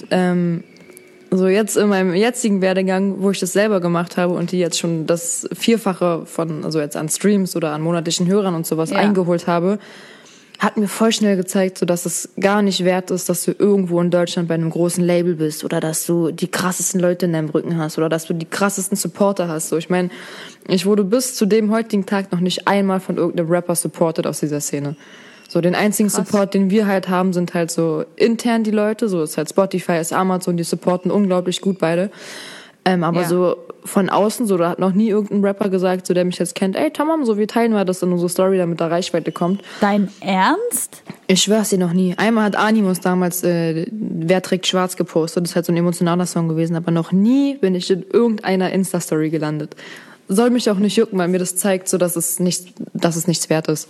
so jetzt in meinem jetzigen Werdegang, wo ich das selber gemacht habe und die jetzt schon das Vierfache von, also jetzt an Streams oder an monatlichen Hörern und sowas eingeholt habe, hat mir voll schnell gezeigt, so dass es gar nicht wert ist, dass du irgendwo in Deutschland bei einem großen Label bist oder dass du die krassesten Leute in deinem Rücken hast oder dass du die krassesten Supporter hast. So, ich meine, ich wurde bis zu dem heutigen Tag noch nicht einmal von irgendeinem Rapper supported aus dieser Szene. So, den einzigen Support, den wir halt haben, sind halt so intern die Leute, so ist halt Spotify, ist Amazon, die supporten unglaublich gut beide. Aber so von außen, so, da hat noch nie irgendein Rapper gesagt, so der mich jetzt kennt, ey Tamam, so wir teilen mal das in unsere Story, damit da Reichweite kommt. Dein Ernst? Ich schwör's dir noch nie. Einmal hat Animus damals Wer trägt schwarz gepostet, das ist halt so ein emotionaler Song gewesen, aber noch nie bin ich in irgendeiner Insta-Story gelandet. Soll mich auch nicht jucken, weil mir das zeigt, so dass es nichts wert ist.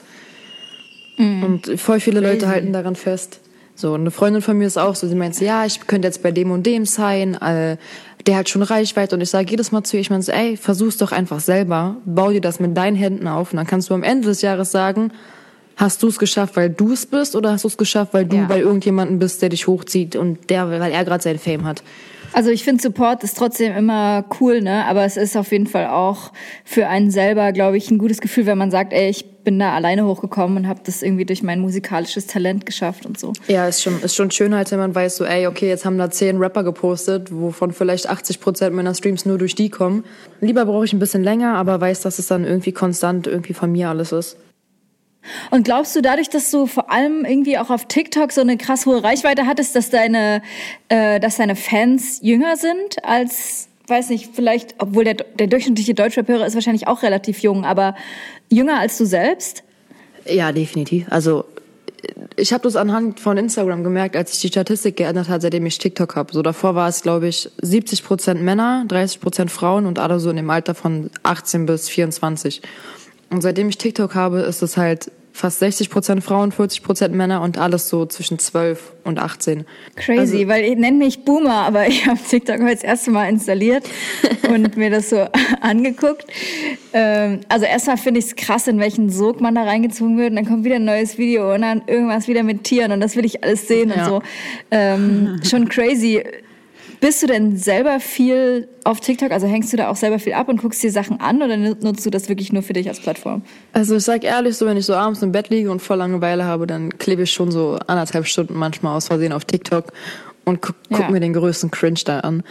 Und voll viele Leute halten daran fest. So, eine Freundin von mir ist auch so, sie meint so, ja, ich könnte jetzt bei dem und dem sein, der hat schon Reichweite. Und ich sage jedes Mal zu ihr, ich meine so, ey, versuch's doch einfach selber, bau dir das mit deinen Händen auf und dann kannst du am Ende des Jahres sagen, hast du es geschafft, weil du es bist oder hast du es geschafft, weil du bei irgendjemandem bist, der dich hochzieht und weil er gerade seinen Fame hat. Also ich finde, Support ist trotzdem immer cool, ne? Aber es ist auf jeden Fall auch für einen selber, glaube ich, ein gutes Gefühl, wenn man sagt, ey, ich bin da alleine hochgekommen und habe das irgendwie durch mein musikalisches Talent geschafft und so. Ja, ist schon schön halt, wenn man weiß, so, ey, okay, jetzt haben da 10 Rapper gepostet, wovon vielleicht 80% meiner Streams nur durch die kommen. Lieber brauche ich ein bisschen länger, aber weiß, dass es dann irgendwie konstant irgendwie von mir alles ist. Und glaubst du dadurch, dass du vor allem irgendwie auch auf TikTok so eine krass hohe Reichweite hattest, dass deine Fans jünger sind als, weiß nicht, vielleicht, obwohl der durchschnittliche Deutschrap-Hörer ist wahrscheinlich auch relativ jung, aber jünger als du selbst? Ja, definitiv. Also ich habe das anhand von Instagram gemerkt, als sich die Statistik geändert hat, seitdem ich TikTok habe. So davor war es, glaube ich, 70% Männer, 30% Frauen und alle so in dem Alter von 18 bis 24. Und seitdem ich TikTok habe, ist es halt fast 60% Frauen, 40% Männer und alles so zwischen 12 und 18. Crazy, also, weil ich nenne mich Boomer, aber ich habe TikTok heute das erste Mal installiert und mir das so angeguckt. Also erstmal finde ich es krass, in welchen Sog man da reingezogen wird und dann kommt wieder ein neues Video und dann irgendwas wieder mit Tieren und das will ich alles sehen und so. Schon crazy. Bist du denn selber viel auf TikTok? Also hängst du da auch selber viel ab und guckst dir Sachen an oder nutzt du das wirklich nur für dich als Plattform? Also ich sag ehrlich, so wenn ich so abends im Bett liege und voll Langeweile habe, dann klebe ich schon so 1,5 Stunden manchmal aus Versehen auf TikTok und guck mir den größten Cringe da an.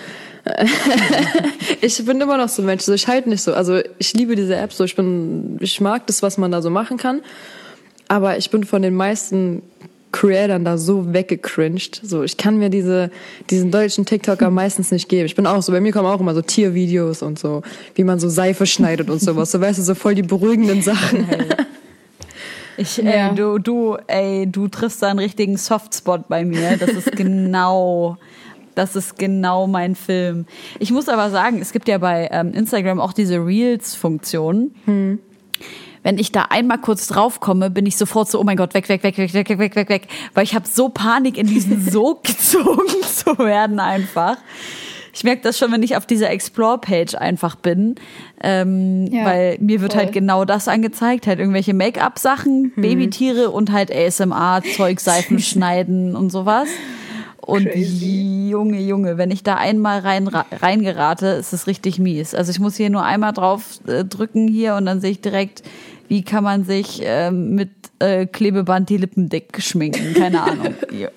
Ich bin immer noch so ein Mensch, so ich halte nicht so. Also ich liebe diese App, so ich mag das, was man da so machen kann. Aber ich bin von den meisten Creatern da so weggecringed. So, ich kann mir diesen deutschen TikToker meistens nicht geben. Ich bin auch so, bei mir kommen auch immer so Tiervideos und so, wie man so Seife schneidet und sowas. So, weißt du, so voll die beruhigenden Sachen. Du triffst da einen richtigen Softspot bei mir. Das ist genau mein Film. Ich muss aber sagen, es gibt ja bei Instagram auch diese Reels-Funktion. Wenn ich da einmal kurz drauf komme, bin ich sofort so, oh mein Gott, weg. Weil ich habe so Panik, in diesen Sog gezogen zu werden einfach. Ich merke das schon, wenn ich auf dieser Explore-Page einfach bin, weil mir wird halt genau das angezeigt, halt irgendwelche Make-up-Sachen, Babytiere und halt ASMR-Zeug, Seifen schneiden und sowas. Und Junge, wenn ich da einmal reingerate, ist es richtig mies. Also ich muss hier nur einmal drauf drücken hier und dann sehe ich direkt, wie kann man sich mit Klebeband die Lippen dick schminken. Keine Ahnung.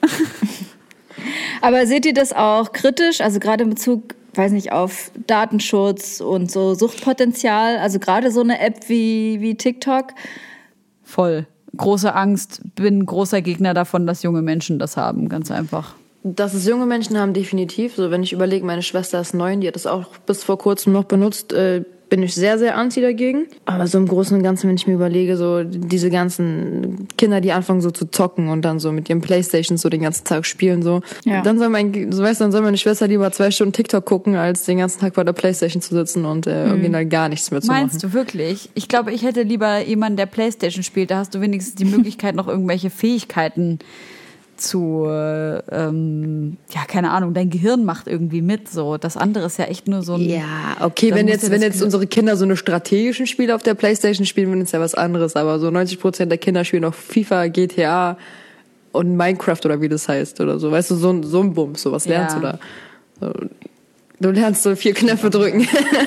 Aber seht ihr das auch kritisch? Also gerade in Bezug, weiß nicht, auf Datenschutz und so Suchtpotenzial? Also gerade so eine App wie TikTok? Voll. Große Angst. Bin großer Gegner davon, dass junge Menschen das haben. Ganz einfach. Dass es junge Menschen haben, definitiv. So, wenn ich überlege, meine Schwester ist 9, die hat das auch bis vor kurzem noch benutzt, bin ich sehr, sehr anti dagegen. Aber so im Großen und Ganzen, wenn ich mir überlege, so diese ganzen Kinder, die anfangen so zu zocken und dann so mit ihren Playstations so den ganzen Tag spielen, so. Ja. Dann soll meine Schwester lieber 2 Stunden TikTok gucken, als den ganzen Tag bei der Playstation zu sitzen und irgendwie da gar nichts mehr zu machen. Meinst du wirklich? Ich glaube, ich hätte lieber jemanden, der Playstation spielt. Da hast du wenigstens die Möglichkeit, noch irgendwelche Fähigkeiten zu, keine Ahnung, dein Gehirn macht irgendwie mit, so. Das andere ist ja echt nur so ein... Ja, okay, wenn jetzt unsere Kinder so eine strategischen Spiele auf der Playstation spielen, dann ist ja was anderes, aber so 90% der Kinder spielen auch FIFA, GTA und Minecraft oder wie das heißt oder so, weißt du, so ein Bums, so was lernst du da? So, du lernst so 4 Knöpfe drücken.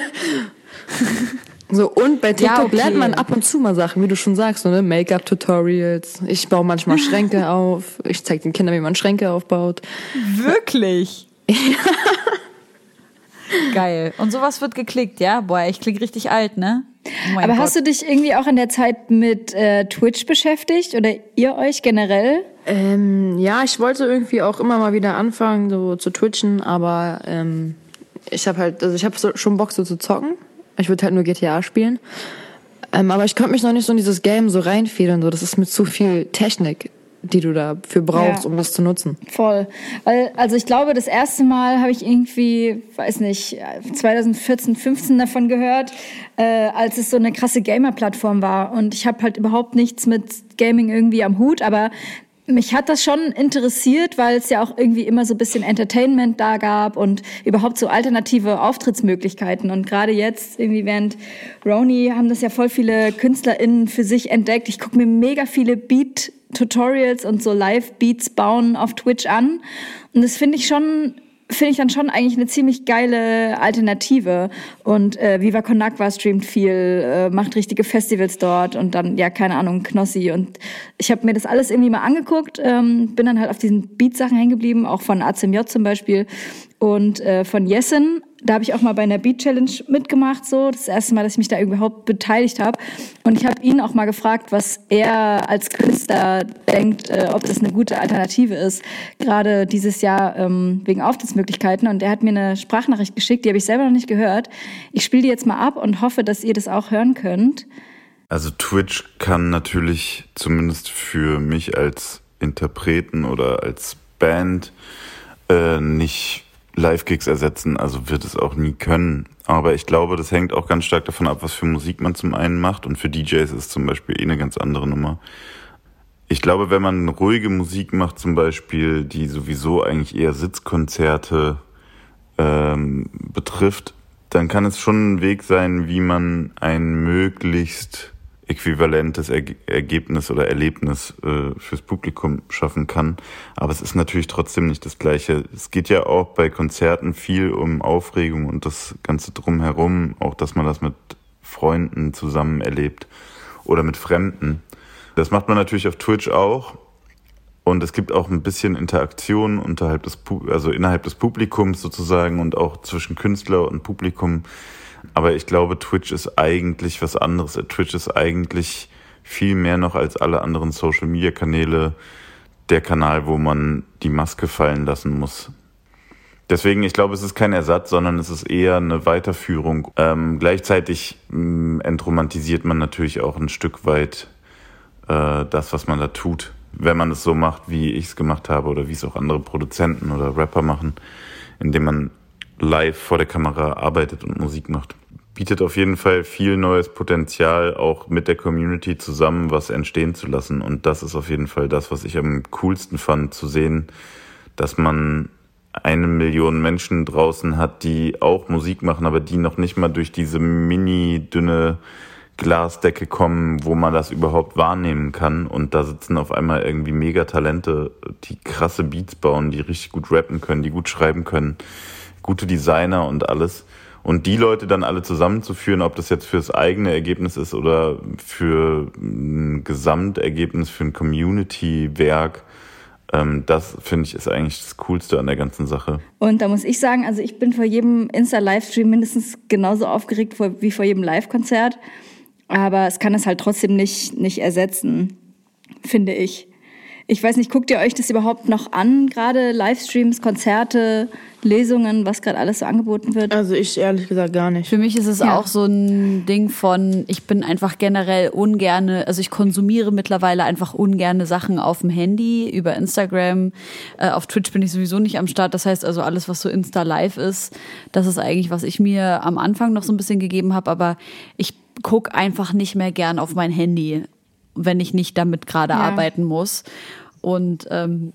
So, und bei TikTok lernt man ab und zu mal Sachen, wie du schon sagst, so, ne? Make-up-Tutorials. Ich baue manchmal Schränke auf. Ich zeige den Kindern, wie man Schränke aufbaut. Wirklich? Ja. Geil. Und sowas wird geklickt, ja? Boah, ich klinge richtig alt, ne? Oh aber Gott. Hast du dich irgendwie auch in der Zeit mit Twitch beschäftigt oder ihr euch generell? Ja, ich wollte irgendwie auch immer mal wieder anfangen, so zu twitchen, aber ich habe schon Bock so zu zocken. Ich würde halt nur GTA spielen. Aber ich konnte mich noch nicht so in dieses Game so reinfedern. So. Das ist mit zu viel Technik, die du dafür brauchst, um das zu nutzen. Voll. Weil, also ich glaube, das erste Mal habe ich irgendwie, weiß nicht, 2014, 15 davon gehört, als es so eine krasse Gamer-Plattform war. Und ich habe halt überhaupt nichts mit Gaming irgendwie am Hut, aber mich hat das schon interessiert, weil es ja auch irgendwie immer so ein bisschen Entertainment da gab und überhaupt so alternative Auftrittsmöglichkeiten. Und gerade jetzt, irgendwie während Roni, haben das ja voll viele KünstlerInnen für sich entdeckt. Ich gucke mir mega viele Beat-Tutorials und so Live-Beats bauen auf Twitch an. Und das finde ich dann schon eigentlich eine ziemlich geile Alternative. Und Viva Con Agua streamt viel, macht richtige Festivals dort und dann, ja, keine Ahnung, Knossi. Und ich habe mir das alles irgendwie mal angeguckt, bin dann halt auf diesen Beat-Sachen hängen geblieben, auch von ACMJ zum Beispiel und von Yesin. Da habe ich auch mal bei einer Beat Challenge mitgemacht, so. Das erste Mal, dass ich mich da überhaupt beteiligt habe. Und ich habe ihn auch mal gefragt, was er als Künstler denkt, ob das eine gute Alternative ist. Gerade dieses Jahr wegen Auftrittsmöglichkeiten. Und er hat mir eine Sprachnachricht geschickt, die habe ich selber noch nicht gehört. Ich spiele die jetzt mal ab und hoffe, dass ihr das auch hören könnt. Also Twitch kann natürlich zumindest für mich als Interpreten oder als Band nicht Live-Gigs ersetzen, also wird es auch nie können. Aber ich glaube, das hängt auch ganz stark davon ab, was für Musik man zum einen macht. Und für DJs ist zum Beispiel eine ganz andere Nummer. Ich glaube, wenn man ruhige Musik macht zum Beispiel, die sowieso eigentlich eher Sitzkonzerte betrifft, dann kann es schon ein Weg sein, wie man ein möglichst äquivalentes Ergebnis oder Erlebnis fürs Publikum schaffen kann. Aber es ist natürlich trotzdem nicht das Gleiche. Es geht ja auch bei Konzerten viel um Aufregung und das Ganze drumherum, auch dass man das mit Freunden zusammen erlebt oder mit Fremden. Das macht man natürlich auf Twitch auch. Und es gibt auch ein bisschen Interaktion innerhalb des Publikums sozusagen und auch zwischen Künstler und Publikum. Aber ich glaube, Twitch ist eigentlich was anderes. Twitch ist eigentlich viel mehr noch als alle anderen Social-Media-Kanäle der Kanal, wo man die Maske fallen lassen muss. Deswegen, ich glaube, es ist kein Ersatz, sondern es ist eher eine Weiterführung. Gleichzeitig entromantisiert man natürlich auch ein Stück weit das, was man da tut, wenn man es so macht, wie ich es gemacht habe oder wie es auch andere Produzenten oder Rapper machen, indem man live vor der Kamera arbeitet und Musik macht. Bietet auf jeden Fall viel neues Potenzial, auch mit der Community zusammen was entstehen zu lassen. Und das ist auf jeden Fall das, was ich am coolsten fand, zu sehen, dass man 1 Million Menschen draußen hat, die auch Musik machen, aber die noch nicht mal durch diese mini-dünne Glasdecke kommen, wo man das überhaupt wahrnehmen kann. Und da sitzen auf einmal irgendwie Megatalente, die krasse Beats bauen, die richtig gut rappen können, die gut schreiben können, gute Designer und alles. Und die Leute dann alle zusammenzuführen, ob das jetzt fürs eigene Ergebnis ist oder für ein Gesamtergebnis, für ein Community-Werk, das finde ich ist eigentlich das Coolste an der ganzen Sache. Und da muss ich sagen, also ich bin vor jedem Insta-Livestream mindestens genauso aufgeregt wie vor jedem Live-Konzert. Aber es kann es halt trotzdem nicht ersetzen, finde ich. Ich weiß nicht, guckt ihr euch das überhaupt noch an, gerade Livestreams, Konzerte, Lesungen, was gerade alles so angeboten wird? Also ich ehrlich gesagt gar nicht. Für mich ist es auch so ein Ding von, ich bin einfach generell ungerne, also ich konsumiere mittlerweile einfach ungerne Sachen auf dem Handy, über Instagram. Auf Twitch bin ich sowieso nicht am Start. Das heißt also alles, was so Insta-Live ist, das ist eigentlich, was ich mir am Anfang noch so ein bisschen gegeben habe. Aber ich gucke einfach nicht mehr gern auf mein Handy, wenn ich nicht damit gerade arbeiten muss. Und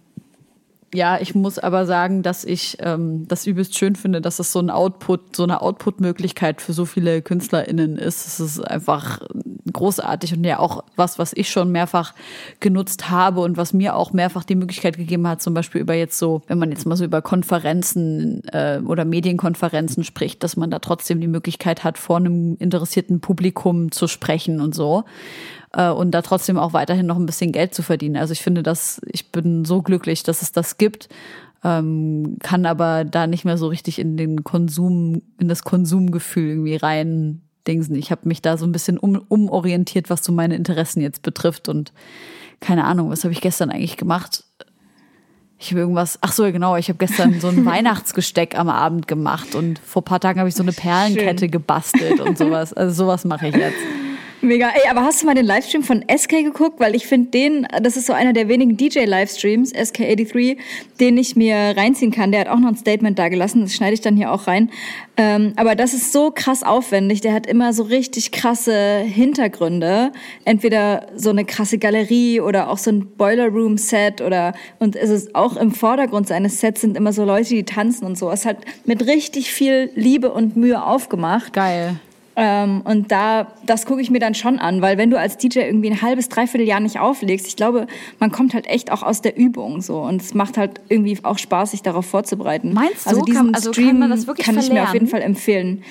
ich muss aber sagen, dass ich das übelst schön finde, dass es so eine Output-Möglichkeit für so viele KünstlerInnen ist. Es ist einfach großartig und ja auch was ich schon mehrfach genutzt habe und was mir auch mehrfach die Möglichkeit gegeben hat, zum Beispiel über jetzt so, wenn man jetzt mal so über Konferenzen oder Medienkonferenzen spricht, dass man da trotzdem die Möglichkeit hat, vor einem interessierten Publikum zu sprechen und so. Und da trotzdem auch weiterhin noch ein bisschen Geld zu verdienen. Also ich finde, ich bin so glücklich, dass es das gibt, kann aber da nicht mehr so richtig in das Konsumgefühl irgendwie rein dingsen. Ich habe mich da so ein bisschen umorientiert, was so meine Interessen jetzt betrifft und keine Ahnung, was habe ich gestern eigentlich gemacht? Ich habe ich habe gestern so ein Weihnachtsgesteck am Abend gemacht und vor ein paar Tagen habe ich so eine Perlenkette gebastelt und sowas. Also sowas mache ich jetzt. Mega. Ey, aber hast du mal den Livestream von SK geguckt? Weil ich finde das ist so einer der wenigen DJ-Livestreams, SK83, den ich mir reinziehen kann. Der hat auch noch ein Statement da gelassen, das schneide ich dann hier auch rein. Aber das ist so krass aufwendig. Der hat immer so richtig krasse Hintergründe. Entweder so eine krasse Galerie oder auch so ein Boiler Room Set und es ist auch im Vordergrund seines Sets sind immer so Leute, die tanzen und so. Es hat mit richtig viel Liebe und Mühe aufgemacht. Geil. Und das gucke ich mir dann schon an, weil wenn du als DJ irgendwie ein halbes, dreiviertel Jahr nicht auflegst, ich glaube, man kommt halt echt auch aus der Übung so und es macht halt irgendwie auch Spaß, sich darauf vorzubereiten. Meinst du, also diesen Stream kann man das wirklich kann ich verlernen? mir auf jeden Fall empfehlen.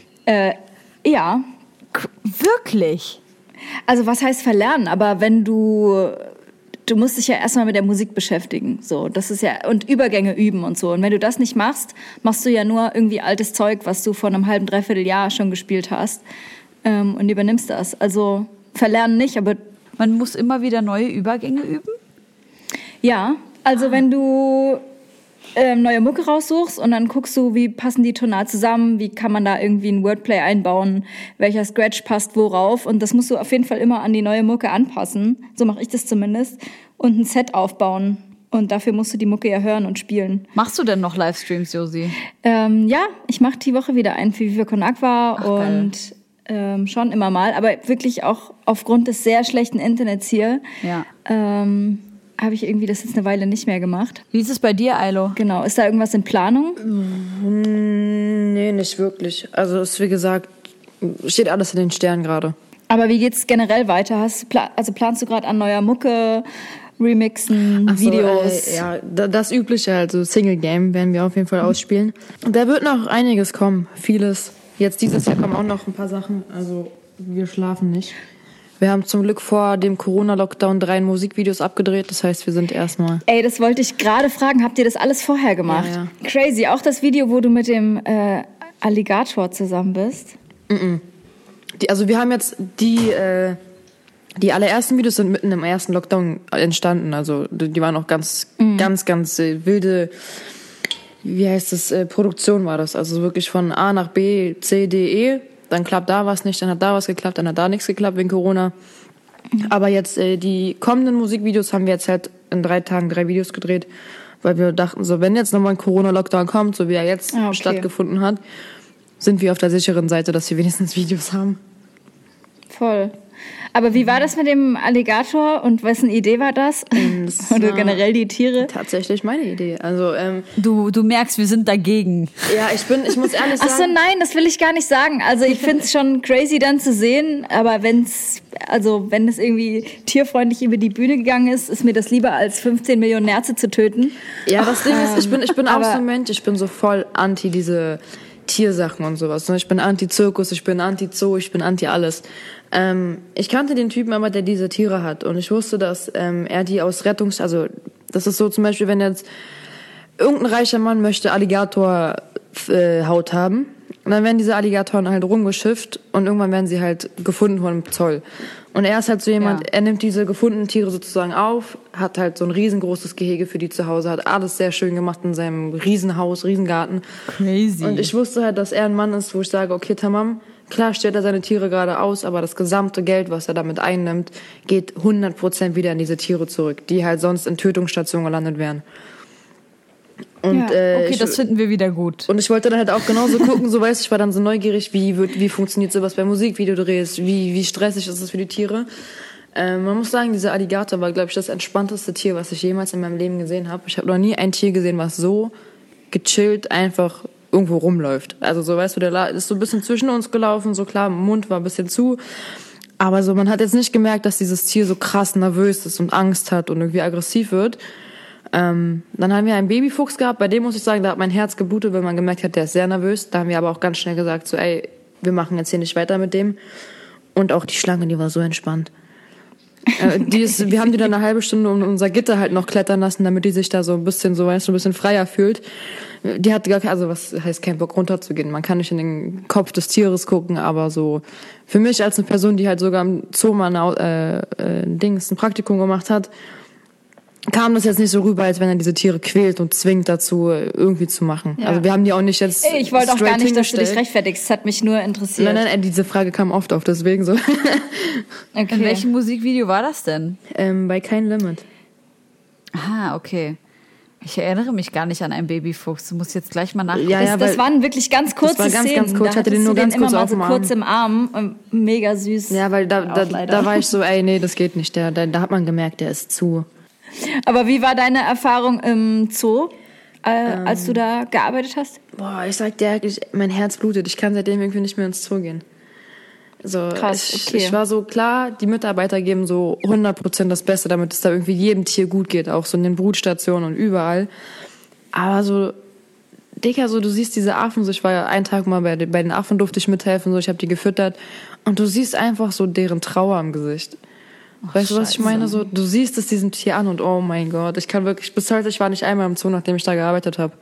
Ja. Wirklich? Also was heißt verlernen? Aber wenn du du musst dich ja erstmal mit der Musik beschäftigen. So, das ist ja, und Übergänge üben und so. Und wenn du das nicht machst, machst du ja nur irgendwie altes Zeug, was du vor einem halben, dreiviertel Jahr schon gespielt hast, und übernimmst das. Also verlernen nicht, aber Man muss immer wieder neue Übergänge üben? ja, also wenn du neue Mucke raussuchst und dann guckst du, wie passen die tonal zusammen, wie kann man da irgendwie ein Wordplay einbauen, welcher Scratch passt worauf, und das musst du auf jeden Fall immer an die neue Mucke anpassen, so mache ich das zumindest, und ein Set aufbauen, und dafür musst du die Mucke ja hören und spielen. Machst du denn noch Livestreams, Josi? Ja, ich mache die Woche wieder einen für Viva Con Aqua. Ach, und schon immer mal, aber wirklich auch aufgrund des sehr schlechten Internets hier, Ja. habe ich irgendwie das jetzt eine Weile nicht mehr gemacht. Wie ist es bei dir, Ailo? Genau, ist da irgendwas in Planung? Nee, nicht wirklich. Also ist wie gesagt, steht alles in den Sternen gerade. Aber wie geht's generell weiter? Planst du gerade an neuer Mucke, Remixen, Ach so, Videos? ja, das Übliche, also Single Game werden wir auf jeden Fall ausspielen. Und da wird noch einiges kommen, vieles. Jetzt dieses Jahr kommen auch noch ein paar Sachen, also wir schlafen nicht. Wir haben zum Glück vor dem Corona-Lockdown 3 Musikvideos abgedreht, das heißt, wir sind erstmal... Ey, das wollte ich gerade fragen. Habt ihr das alles vorher gemacht? Ja. Crazy. Auch das Video, wo du mit dem Alligator zusammen bist? Also wir haben jetzt die allerersten Videos sind mitten im ersten Lockdown entstanden. Also die waren auch ganz wilde, wie heißt das, Produktion war das. Also wirklich von A nach B, C, D, E. Dann klappt da was nicht, dann hat da was geklappt, dann hat da nichts geklappt wegen Corona. Aber jetzt die kommenden Musikvideos haben wir jetzt halt in 3 Tagen 3 Videos gedreht, weil wir dachten, so wenn jetzt nochmal ein Corona-Lockdown kommt, so wie er jetzt stattgefunden hat, sind wir auf der sicheren Seite, dass wir wenigstens Videos haben. Voll. Aber wie war das mit dem Alligator und wessen Idee war das? Oder generell die Tiere? Tatsächlich meine Idee. Also Du merkst, wir sind dagegen. ja, ich muss ehrlich sagen. Ach so, nein, das will ich gar nicht sagen. Also ich finde es schon crazy dann zu sehen, aber wenn es irgendwie tierfreundlich über die Bühne gegangen ist, ist mir das lieber, als 15 Millionen Nerze zu töten. Ja, das Ding ist, ich bin auch so ein Mensch, ich bin so voll anti diese Tiersachen und sowas. Ich bin anti-Zirkus, ich bin anti-Zoo, ich bin anti-alles. Ich kannte den Typen aber, der diese Tiere hat. Und ich wusste, dass er die aus also das ist so zum Beispiel, wenn jetzt irgendein reicher Mann möchte Alligator-Haut haben. Und dann werden diese Alligatoren halt rumgeschifft und irgendwann werden sie halt gefunden von dem Zoll. Und er ist halt so jemand, er nimmt diese gefundenen Tiere sozusagen auf, hat halt so ein riesengroßes Gehege für die zu Hause, hat alles sehr schön gemacht in seinem Riesenhaus, Riesengarten. Crazy. Und ich wusste halt, dass er ein Mann ist, wo ich sage, okay, tamam, klar stellt er seine Tiere gerade aus, aber das gesamte Geld, was er damit einnimmt, geht 100% wieder in diese Tiere zurück, die halt sonst in Tötungsstationen gelandet wären. Und, okay, das finden wir wieder gut. Und ich wollte dann halt auch genauso gucken, so weißt du, ich war dann so neugierig, wie funktioniert sowas bei Musikvideodrehs, wie stressig ist das für die Tiere. Man muss sagen, dieser Alligator war, glaube ich, das entspannteste Tier, was ich jemals in meinem Leben gesehen habe. Ich habe noch nie ein Tier gesehen, was so gechillt einfach irgendwo rumläuft. Also so, weißt du, der ist so ein bisschen zwischen uns gelaufen, so klar, Mund war ein bisschen zu. Aber so, man hat jetzt nicht gemerkt, dass dieses Tier so krass nervös ist und Angst hat und irgendwie aggressiv wird. Dann haben wir einen Babyfuchs gehabt, bei dem muss ich sagen, da hat mein Herz geblutet, weil man gemerkt hat, der ist sehr nervös. Da haben wir aber auch ganz schnell gesagt, so ey, wir machen jetzt hier nicht weiter mit dem. Und auch die Schlange, die war so entspannt. Wir haben die dann eine halbe Stunde um unser Gitter halt noch klettern lassen, damit die sich da so ein bisschen, so weißt du, ein bisschen freier fühlt. Die hat gar also was heißt kein Bock runterzugehen. Man kann nicht in den Kopf des Tieres gucken, aber so für mich als eine Person, die halt sogar im Zoo mal ein Praktikum gemacht hat, kam das jetzt nicht so rüber, als wenn er diese Tiere quält und zwingt dazu, irgendwie zu machen. Ja. Also wir haben die auch nicht jetzt ich wollte auch gar nicht, dass du dich rechtfertigst. Das hat mich nur interessiert. Nein, diese Frage kam oft auf, deswegen so. Okay. In welchem Musikvideo war das denn? Bei Kein Limit. Ah, okay. Ich erinnere mich gar nicht an einen Babyfuchs. Du musst jetzt gleich mal nachgucken. Ja, das waren wirklich ganz kurze Szenen. Ganz kurz. Ich hatte den nur ganz kurz immer auf dem mal so kurz im Arm. Mega süß. Ja, weil da war ich so, ey, nee, das geht nicht. Da hat man gemerkt, der ist zu. Aber wie war deine Erfahrung im Zoo, als du da gearbeitet hast? Boah, ich sag dir, mein Herz blutet. Ich kann seitdem irgendwie nicht mehr ins Zoo gehen. So, krass, okay. Ich war so, klar, die Mitarbeiter geben so 100% das Beste, damit es da irgendwie jedem Tier gut geht, auch so in den Brutstationen und überall. Aber so, Digga, so, du siehst diese Affen, so, ich war ja einen Tag mal bei den Affen, durfte ich mithelfen, so, ich habe die gefüttert und du siehst einfach so deren Trauer im Gesicht. Weißt du, was ich meine? So, du siehst es diesem Tier an und oh mein Gott, ich bis heute, ich war nicht einmal im Zoo, nachdem ich da gearbeitet habe.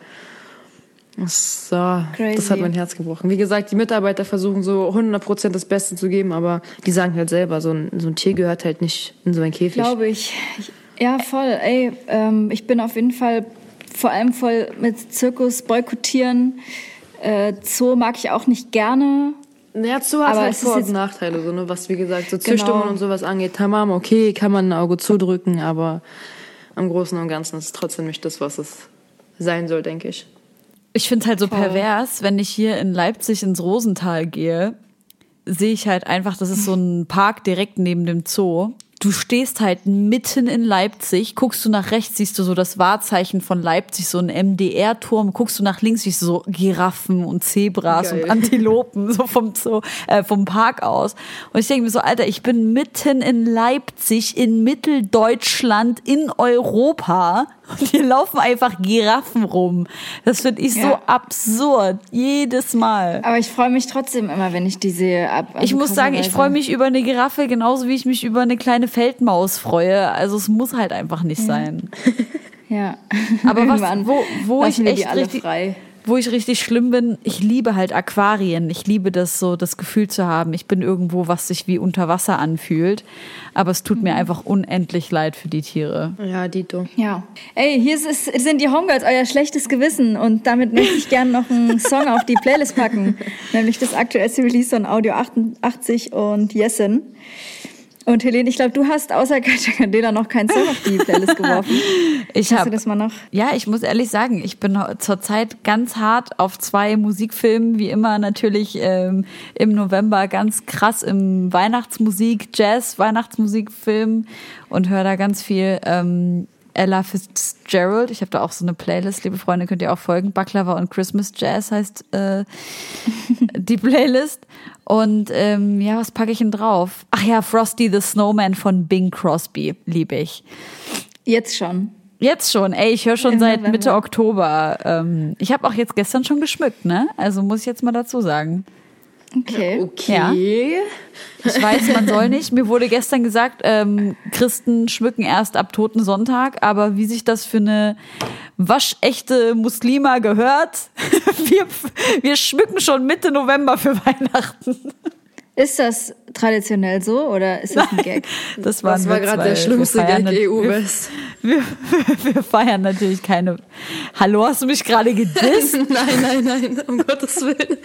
Das hat mein Herz gebrochen. Wie gesagt, die Mitarbeiter versuchen so 100% das Beste zu geben, aber die sagen halt selber, so ein Tier gehört halt nicht in so einen Käfig. Glaube ich. Ja, voll. Ey, ich bin auf jeden Fall vor allem voll mit Zirkus boykottieren. Zoo mag ich auch nicht gerne. Ja, Zoo hat halt Vor- und Nachteile, so, ne? Was wie gesagt so Züchtungen und sowas angeht. Tamam, okay, kann man ein Auge zudrücken, aber im Großen und Ganzen ist es trotzdem nicht das, was es sein soll, denke ich. Ich finde es halt so pervers, wenn ich hier in Leipzig ins Rosental gehe, sehe ich halt einfach, das ist so ein Park direkt neben dem Zoo. Du stehst halt mitten in Leipzig, guckst du nach rechts, siehst du so das Wahrzeichen von Leipzig, so ein MDR-Turm, guckst du nach links, siehst du so Giraffen und Zebras und Antilopen, so vom Park aus. Und ich denke mir so, Alter, ich bin mitten in Leipzig, in Mitteldeutschland, in Europa und hier laufen einfach Giraffen rum. Das finde ich so absurd, jedes Mal. Aber ich freue mich trotzdem immer, wenn ich die sehe. Ich muss sagen, ich freue mich über eine Giraffe genauso, wie ich mich über eine kleine Feldmaus freue. Also es muss halt einfach nicht sein. Ja. Aber wo ich echt richtig, frei. Wo ich richtig schlimm bin, ich liebe halt Aquarien. Ich liebe das so, das Gefühl zu haben, ich bin irgendwo, was sich wie unter Wasser anfühlt. Aber es tut mir einfach unendlich leid für die Tiere. Ja, Dito. Ja. Ey, hier sind die Homegirls, euer schlechtes Gewissen. Und damit möchte ich gerne noch einen Song auf die Playlist packen. Nämlich das aktuellste Release von Audio 88 und Yesin. Und Helene, ich glaube, du hast außer Katja Candela noch keinen Song auf die Playlist geworfen. Hast du das mal noch? Ja, ich muss ehrlich sagen, ich bin zurzeit ganz hart auf 2 Musikfilmen, wie immer natürlich im November ganz krass im Jazz-Weihnachtsmusikfilm und höre da ganz viel Ella Fitzgerald. Ich habe da auch so eine Playlist, liebe Freunde, könnt ihr auch folgen. Baklava und Christmas Jazz heißt die Playlist. Und was packe ich denn drauf? Ach ja, Frosty the Snowman von Bing Crosby, liebe ich. Jetzt schon. Ey, ich höre schon seit Mitte Oktober. Ich habe auch jetzt gestern schon geschmückt, ne? Also muss ich jetzt mal dazu sagen. Okay. Ja. Ich weiß, man soll nicht. Mir wurde gestern gesagt, Christen schmücken erst ab Totensonntag, aber wie sich das für eine waschechte Muslima gehört, wir schmücken schon Mitte November für Weihnachten. Ist das traditionell so oder ist das ein Gag? Das war gerade der schlimmste Gag EU-West. Wir feiern natürlich keine... Hallo, hast du mich gerade gedisst? Nein, um Gottes Willen.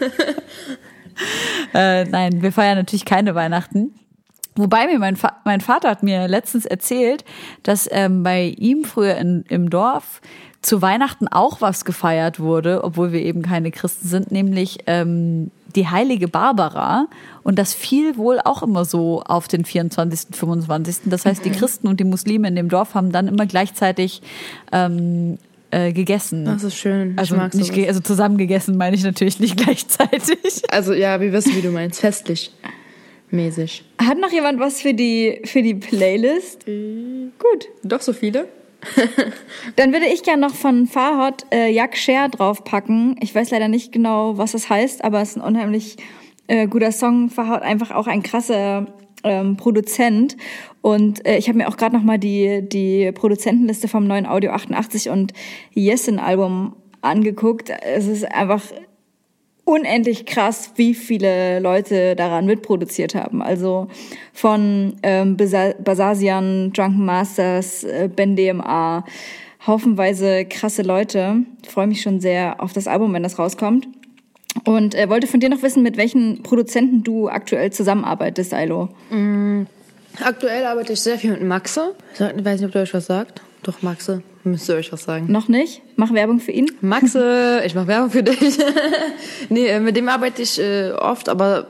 Nein, wir feiern natürlich keine Weihnachten. Wobei mir mein Vater hat mir letztens erzählt, dass bei ihm früher im Dorf zu Weihnachten auch was gefeiert wurde, obwohl wir eben keine Christen sind, nämlich die heilige Barbara. Und das fiel wohl auch immer so auf den 24., 25. Das heißt, die Christen und die Muslime in dem Dorf haben dann immer gleichzeitig gegessen. Das ist schön. Also also zusammen gegessen meine ich natürlich nicht gleichzeitig. Also ja, wir wissen, wie du meinst. Festlich. Mäßig. Hat noch jemand was für die Playlist? Gut. Doch so viele? Dann würde ich gerne noch von Farhad Yak Sher draufpacken. Ich weiß leider nicht genau, was das heißt, aber es ist ein unheimlich guter Song. Farhad einfach auch ein krasser Produzent. Und ich habe mir auch gerade noch mal die Produzentenliste vom neuen Audio 88 und Yesin Album angeguckt. Es ist einfach unendlich krass, wie viele Leute daran mitproduziert haben. Also von Basasian, Drunken Masters, Ben DMA, haufenweise krasse Leute. Ich freue mich schon sehr auf das Album, wenn das rauskommt. Und wollte von dir noch wissen, mit welchen Produzenten du aktuell zusammenarbeitest, Ailo. Aktuell arbeite ich sehr viel mit Maxe. Ich weiß nicht, ob der euch was sagt. Doch, Maxe, müsste euch was sagen. Noch nicht? Mach Werbung für ihn. Maxe, ich mache Werbung für dich. Nee, mit dem arbeite ich oft, aber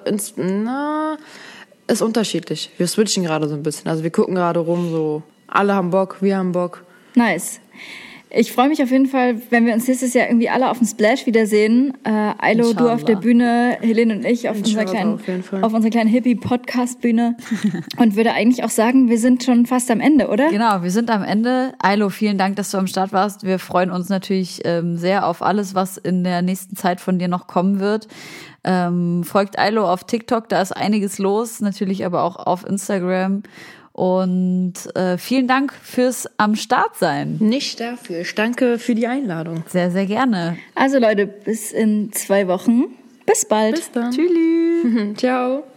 ist unterschiedlich. Wir switchen gerade so ein bisschen. Also wir gucken gerade rum, so alle haben Bock, wir haben Bock. Nice. Ich freue mich auf jeden Fall, wenn wir uns nächstes Jahr irgendwie alle auf dem Splash wiedersehen. Ailo, du auf der Bühne, Helene und ich auf unserer kleinen Hippie-Podcast-Bühne. Und würde eigentlich auch sagen, wir sind schon fast am Ende, oder? Genau, wir sind am Ende. Ailo, vielen Dank, dass du am Start warst. Wir freuen uns natürlich sehr auf alles, was in der nächsten Zeit von dir noch kommen wird. Folgt Ailo auf TikTok, da ist einiges los. Natürlich aber auch auf Instagram. Und vielen Dank fürs am Start sein. Nicht dafür. Ich danke für die Einladung. Sehr, sehr gerne. Also Leute, bis in 2 Wochen. Bis bald. Bis dann. Tschüss. Ciao.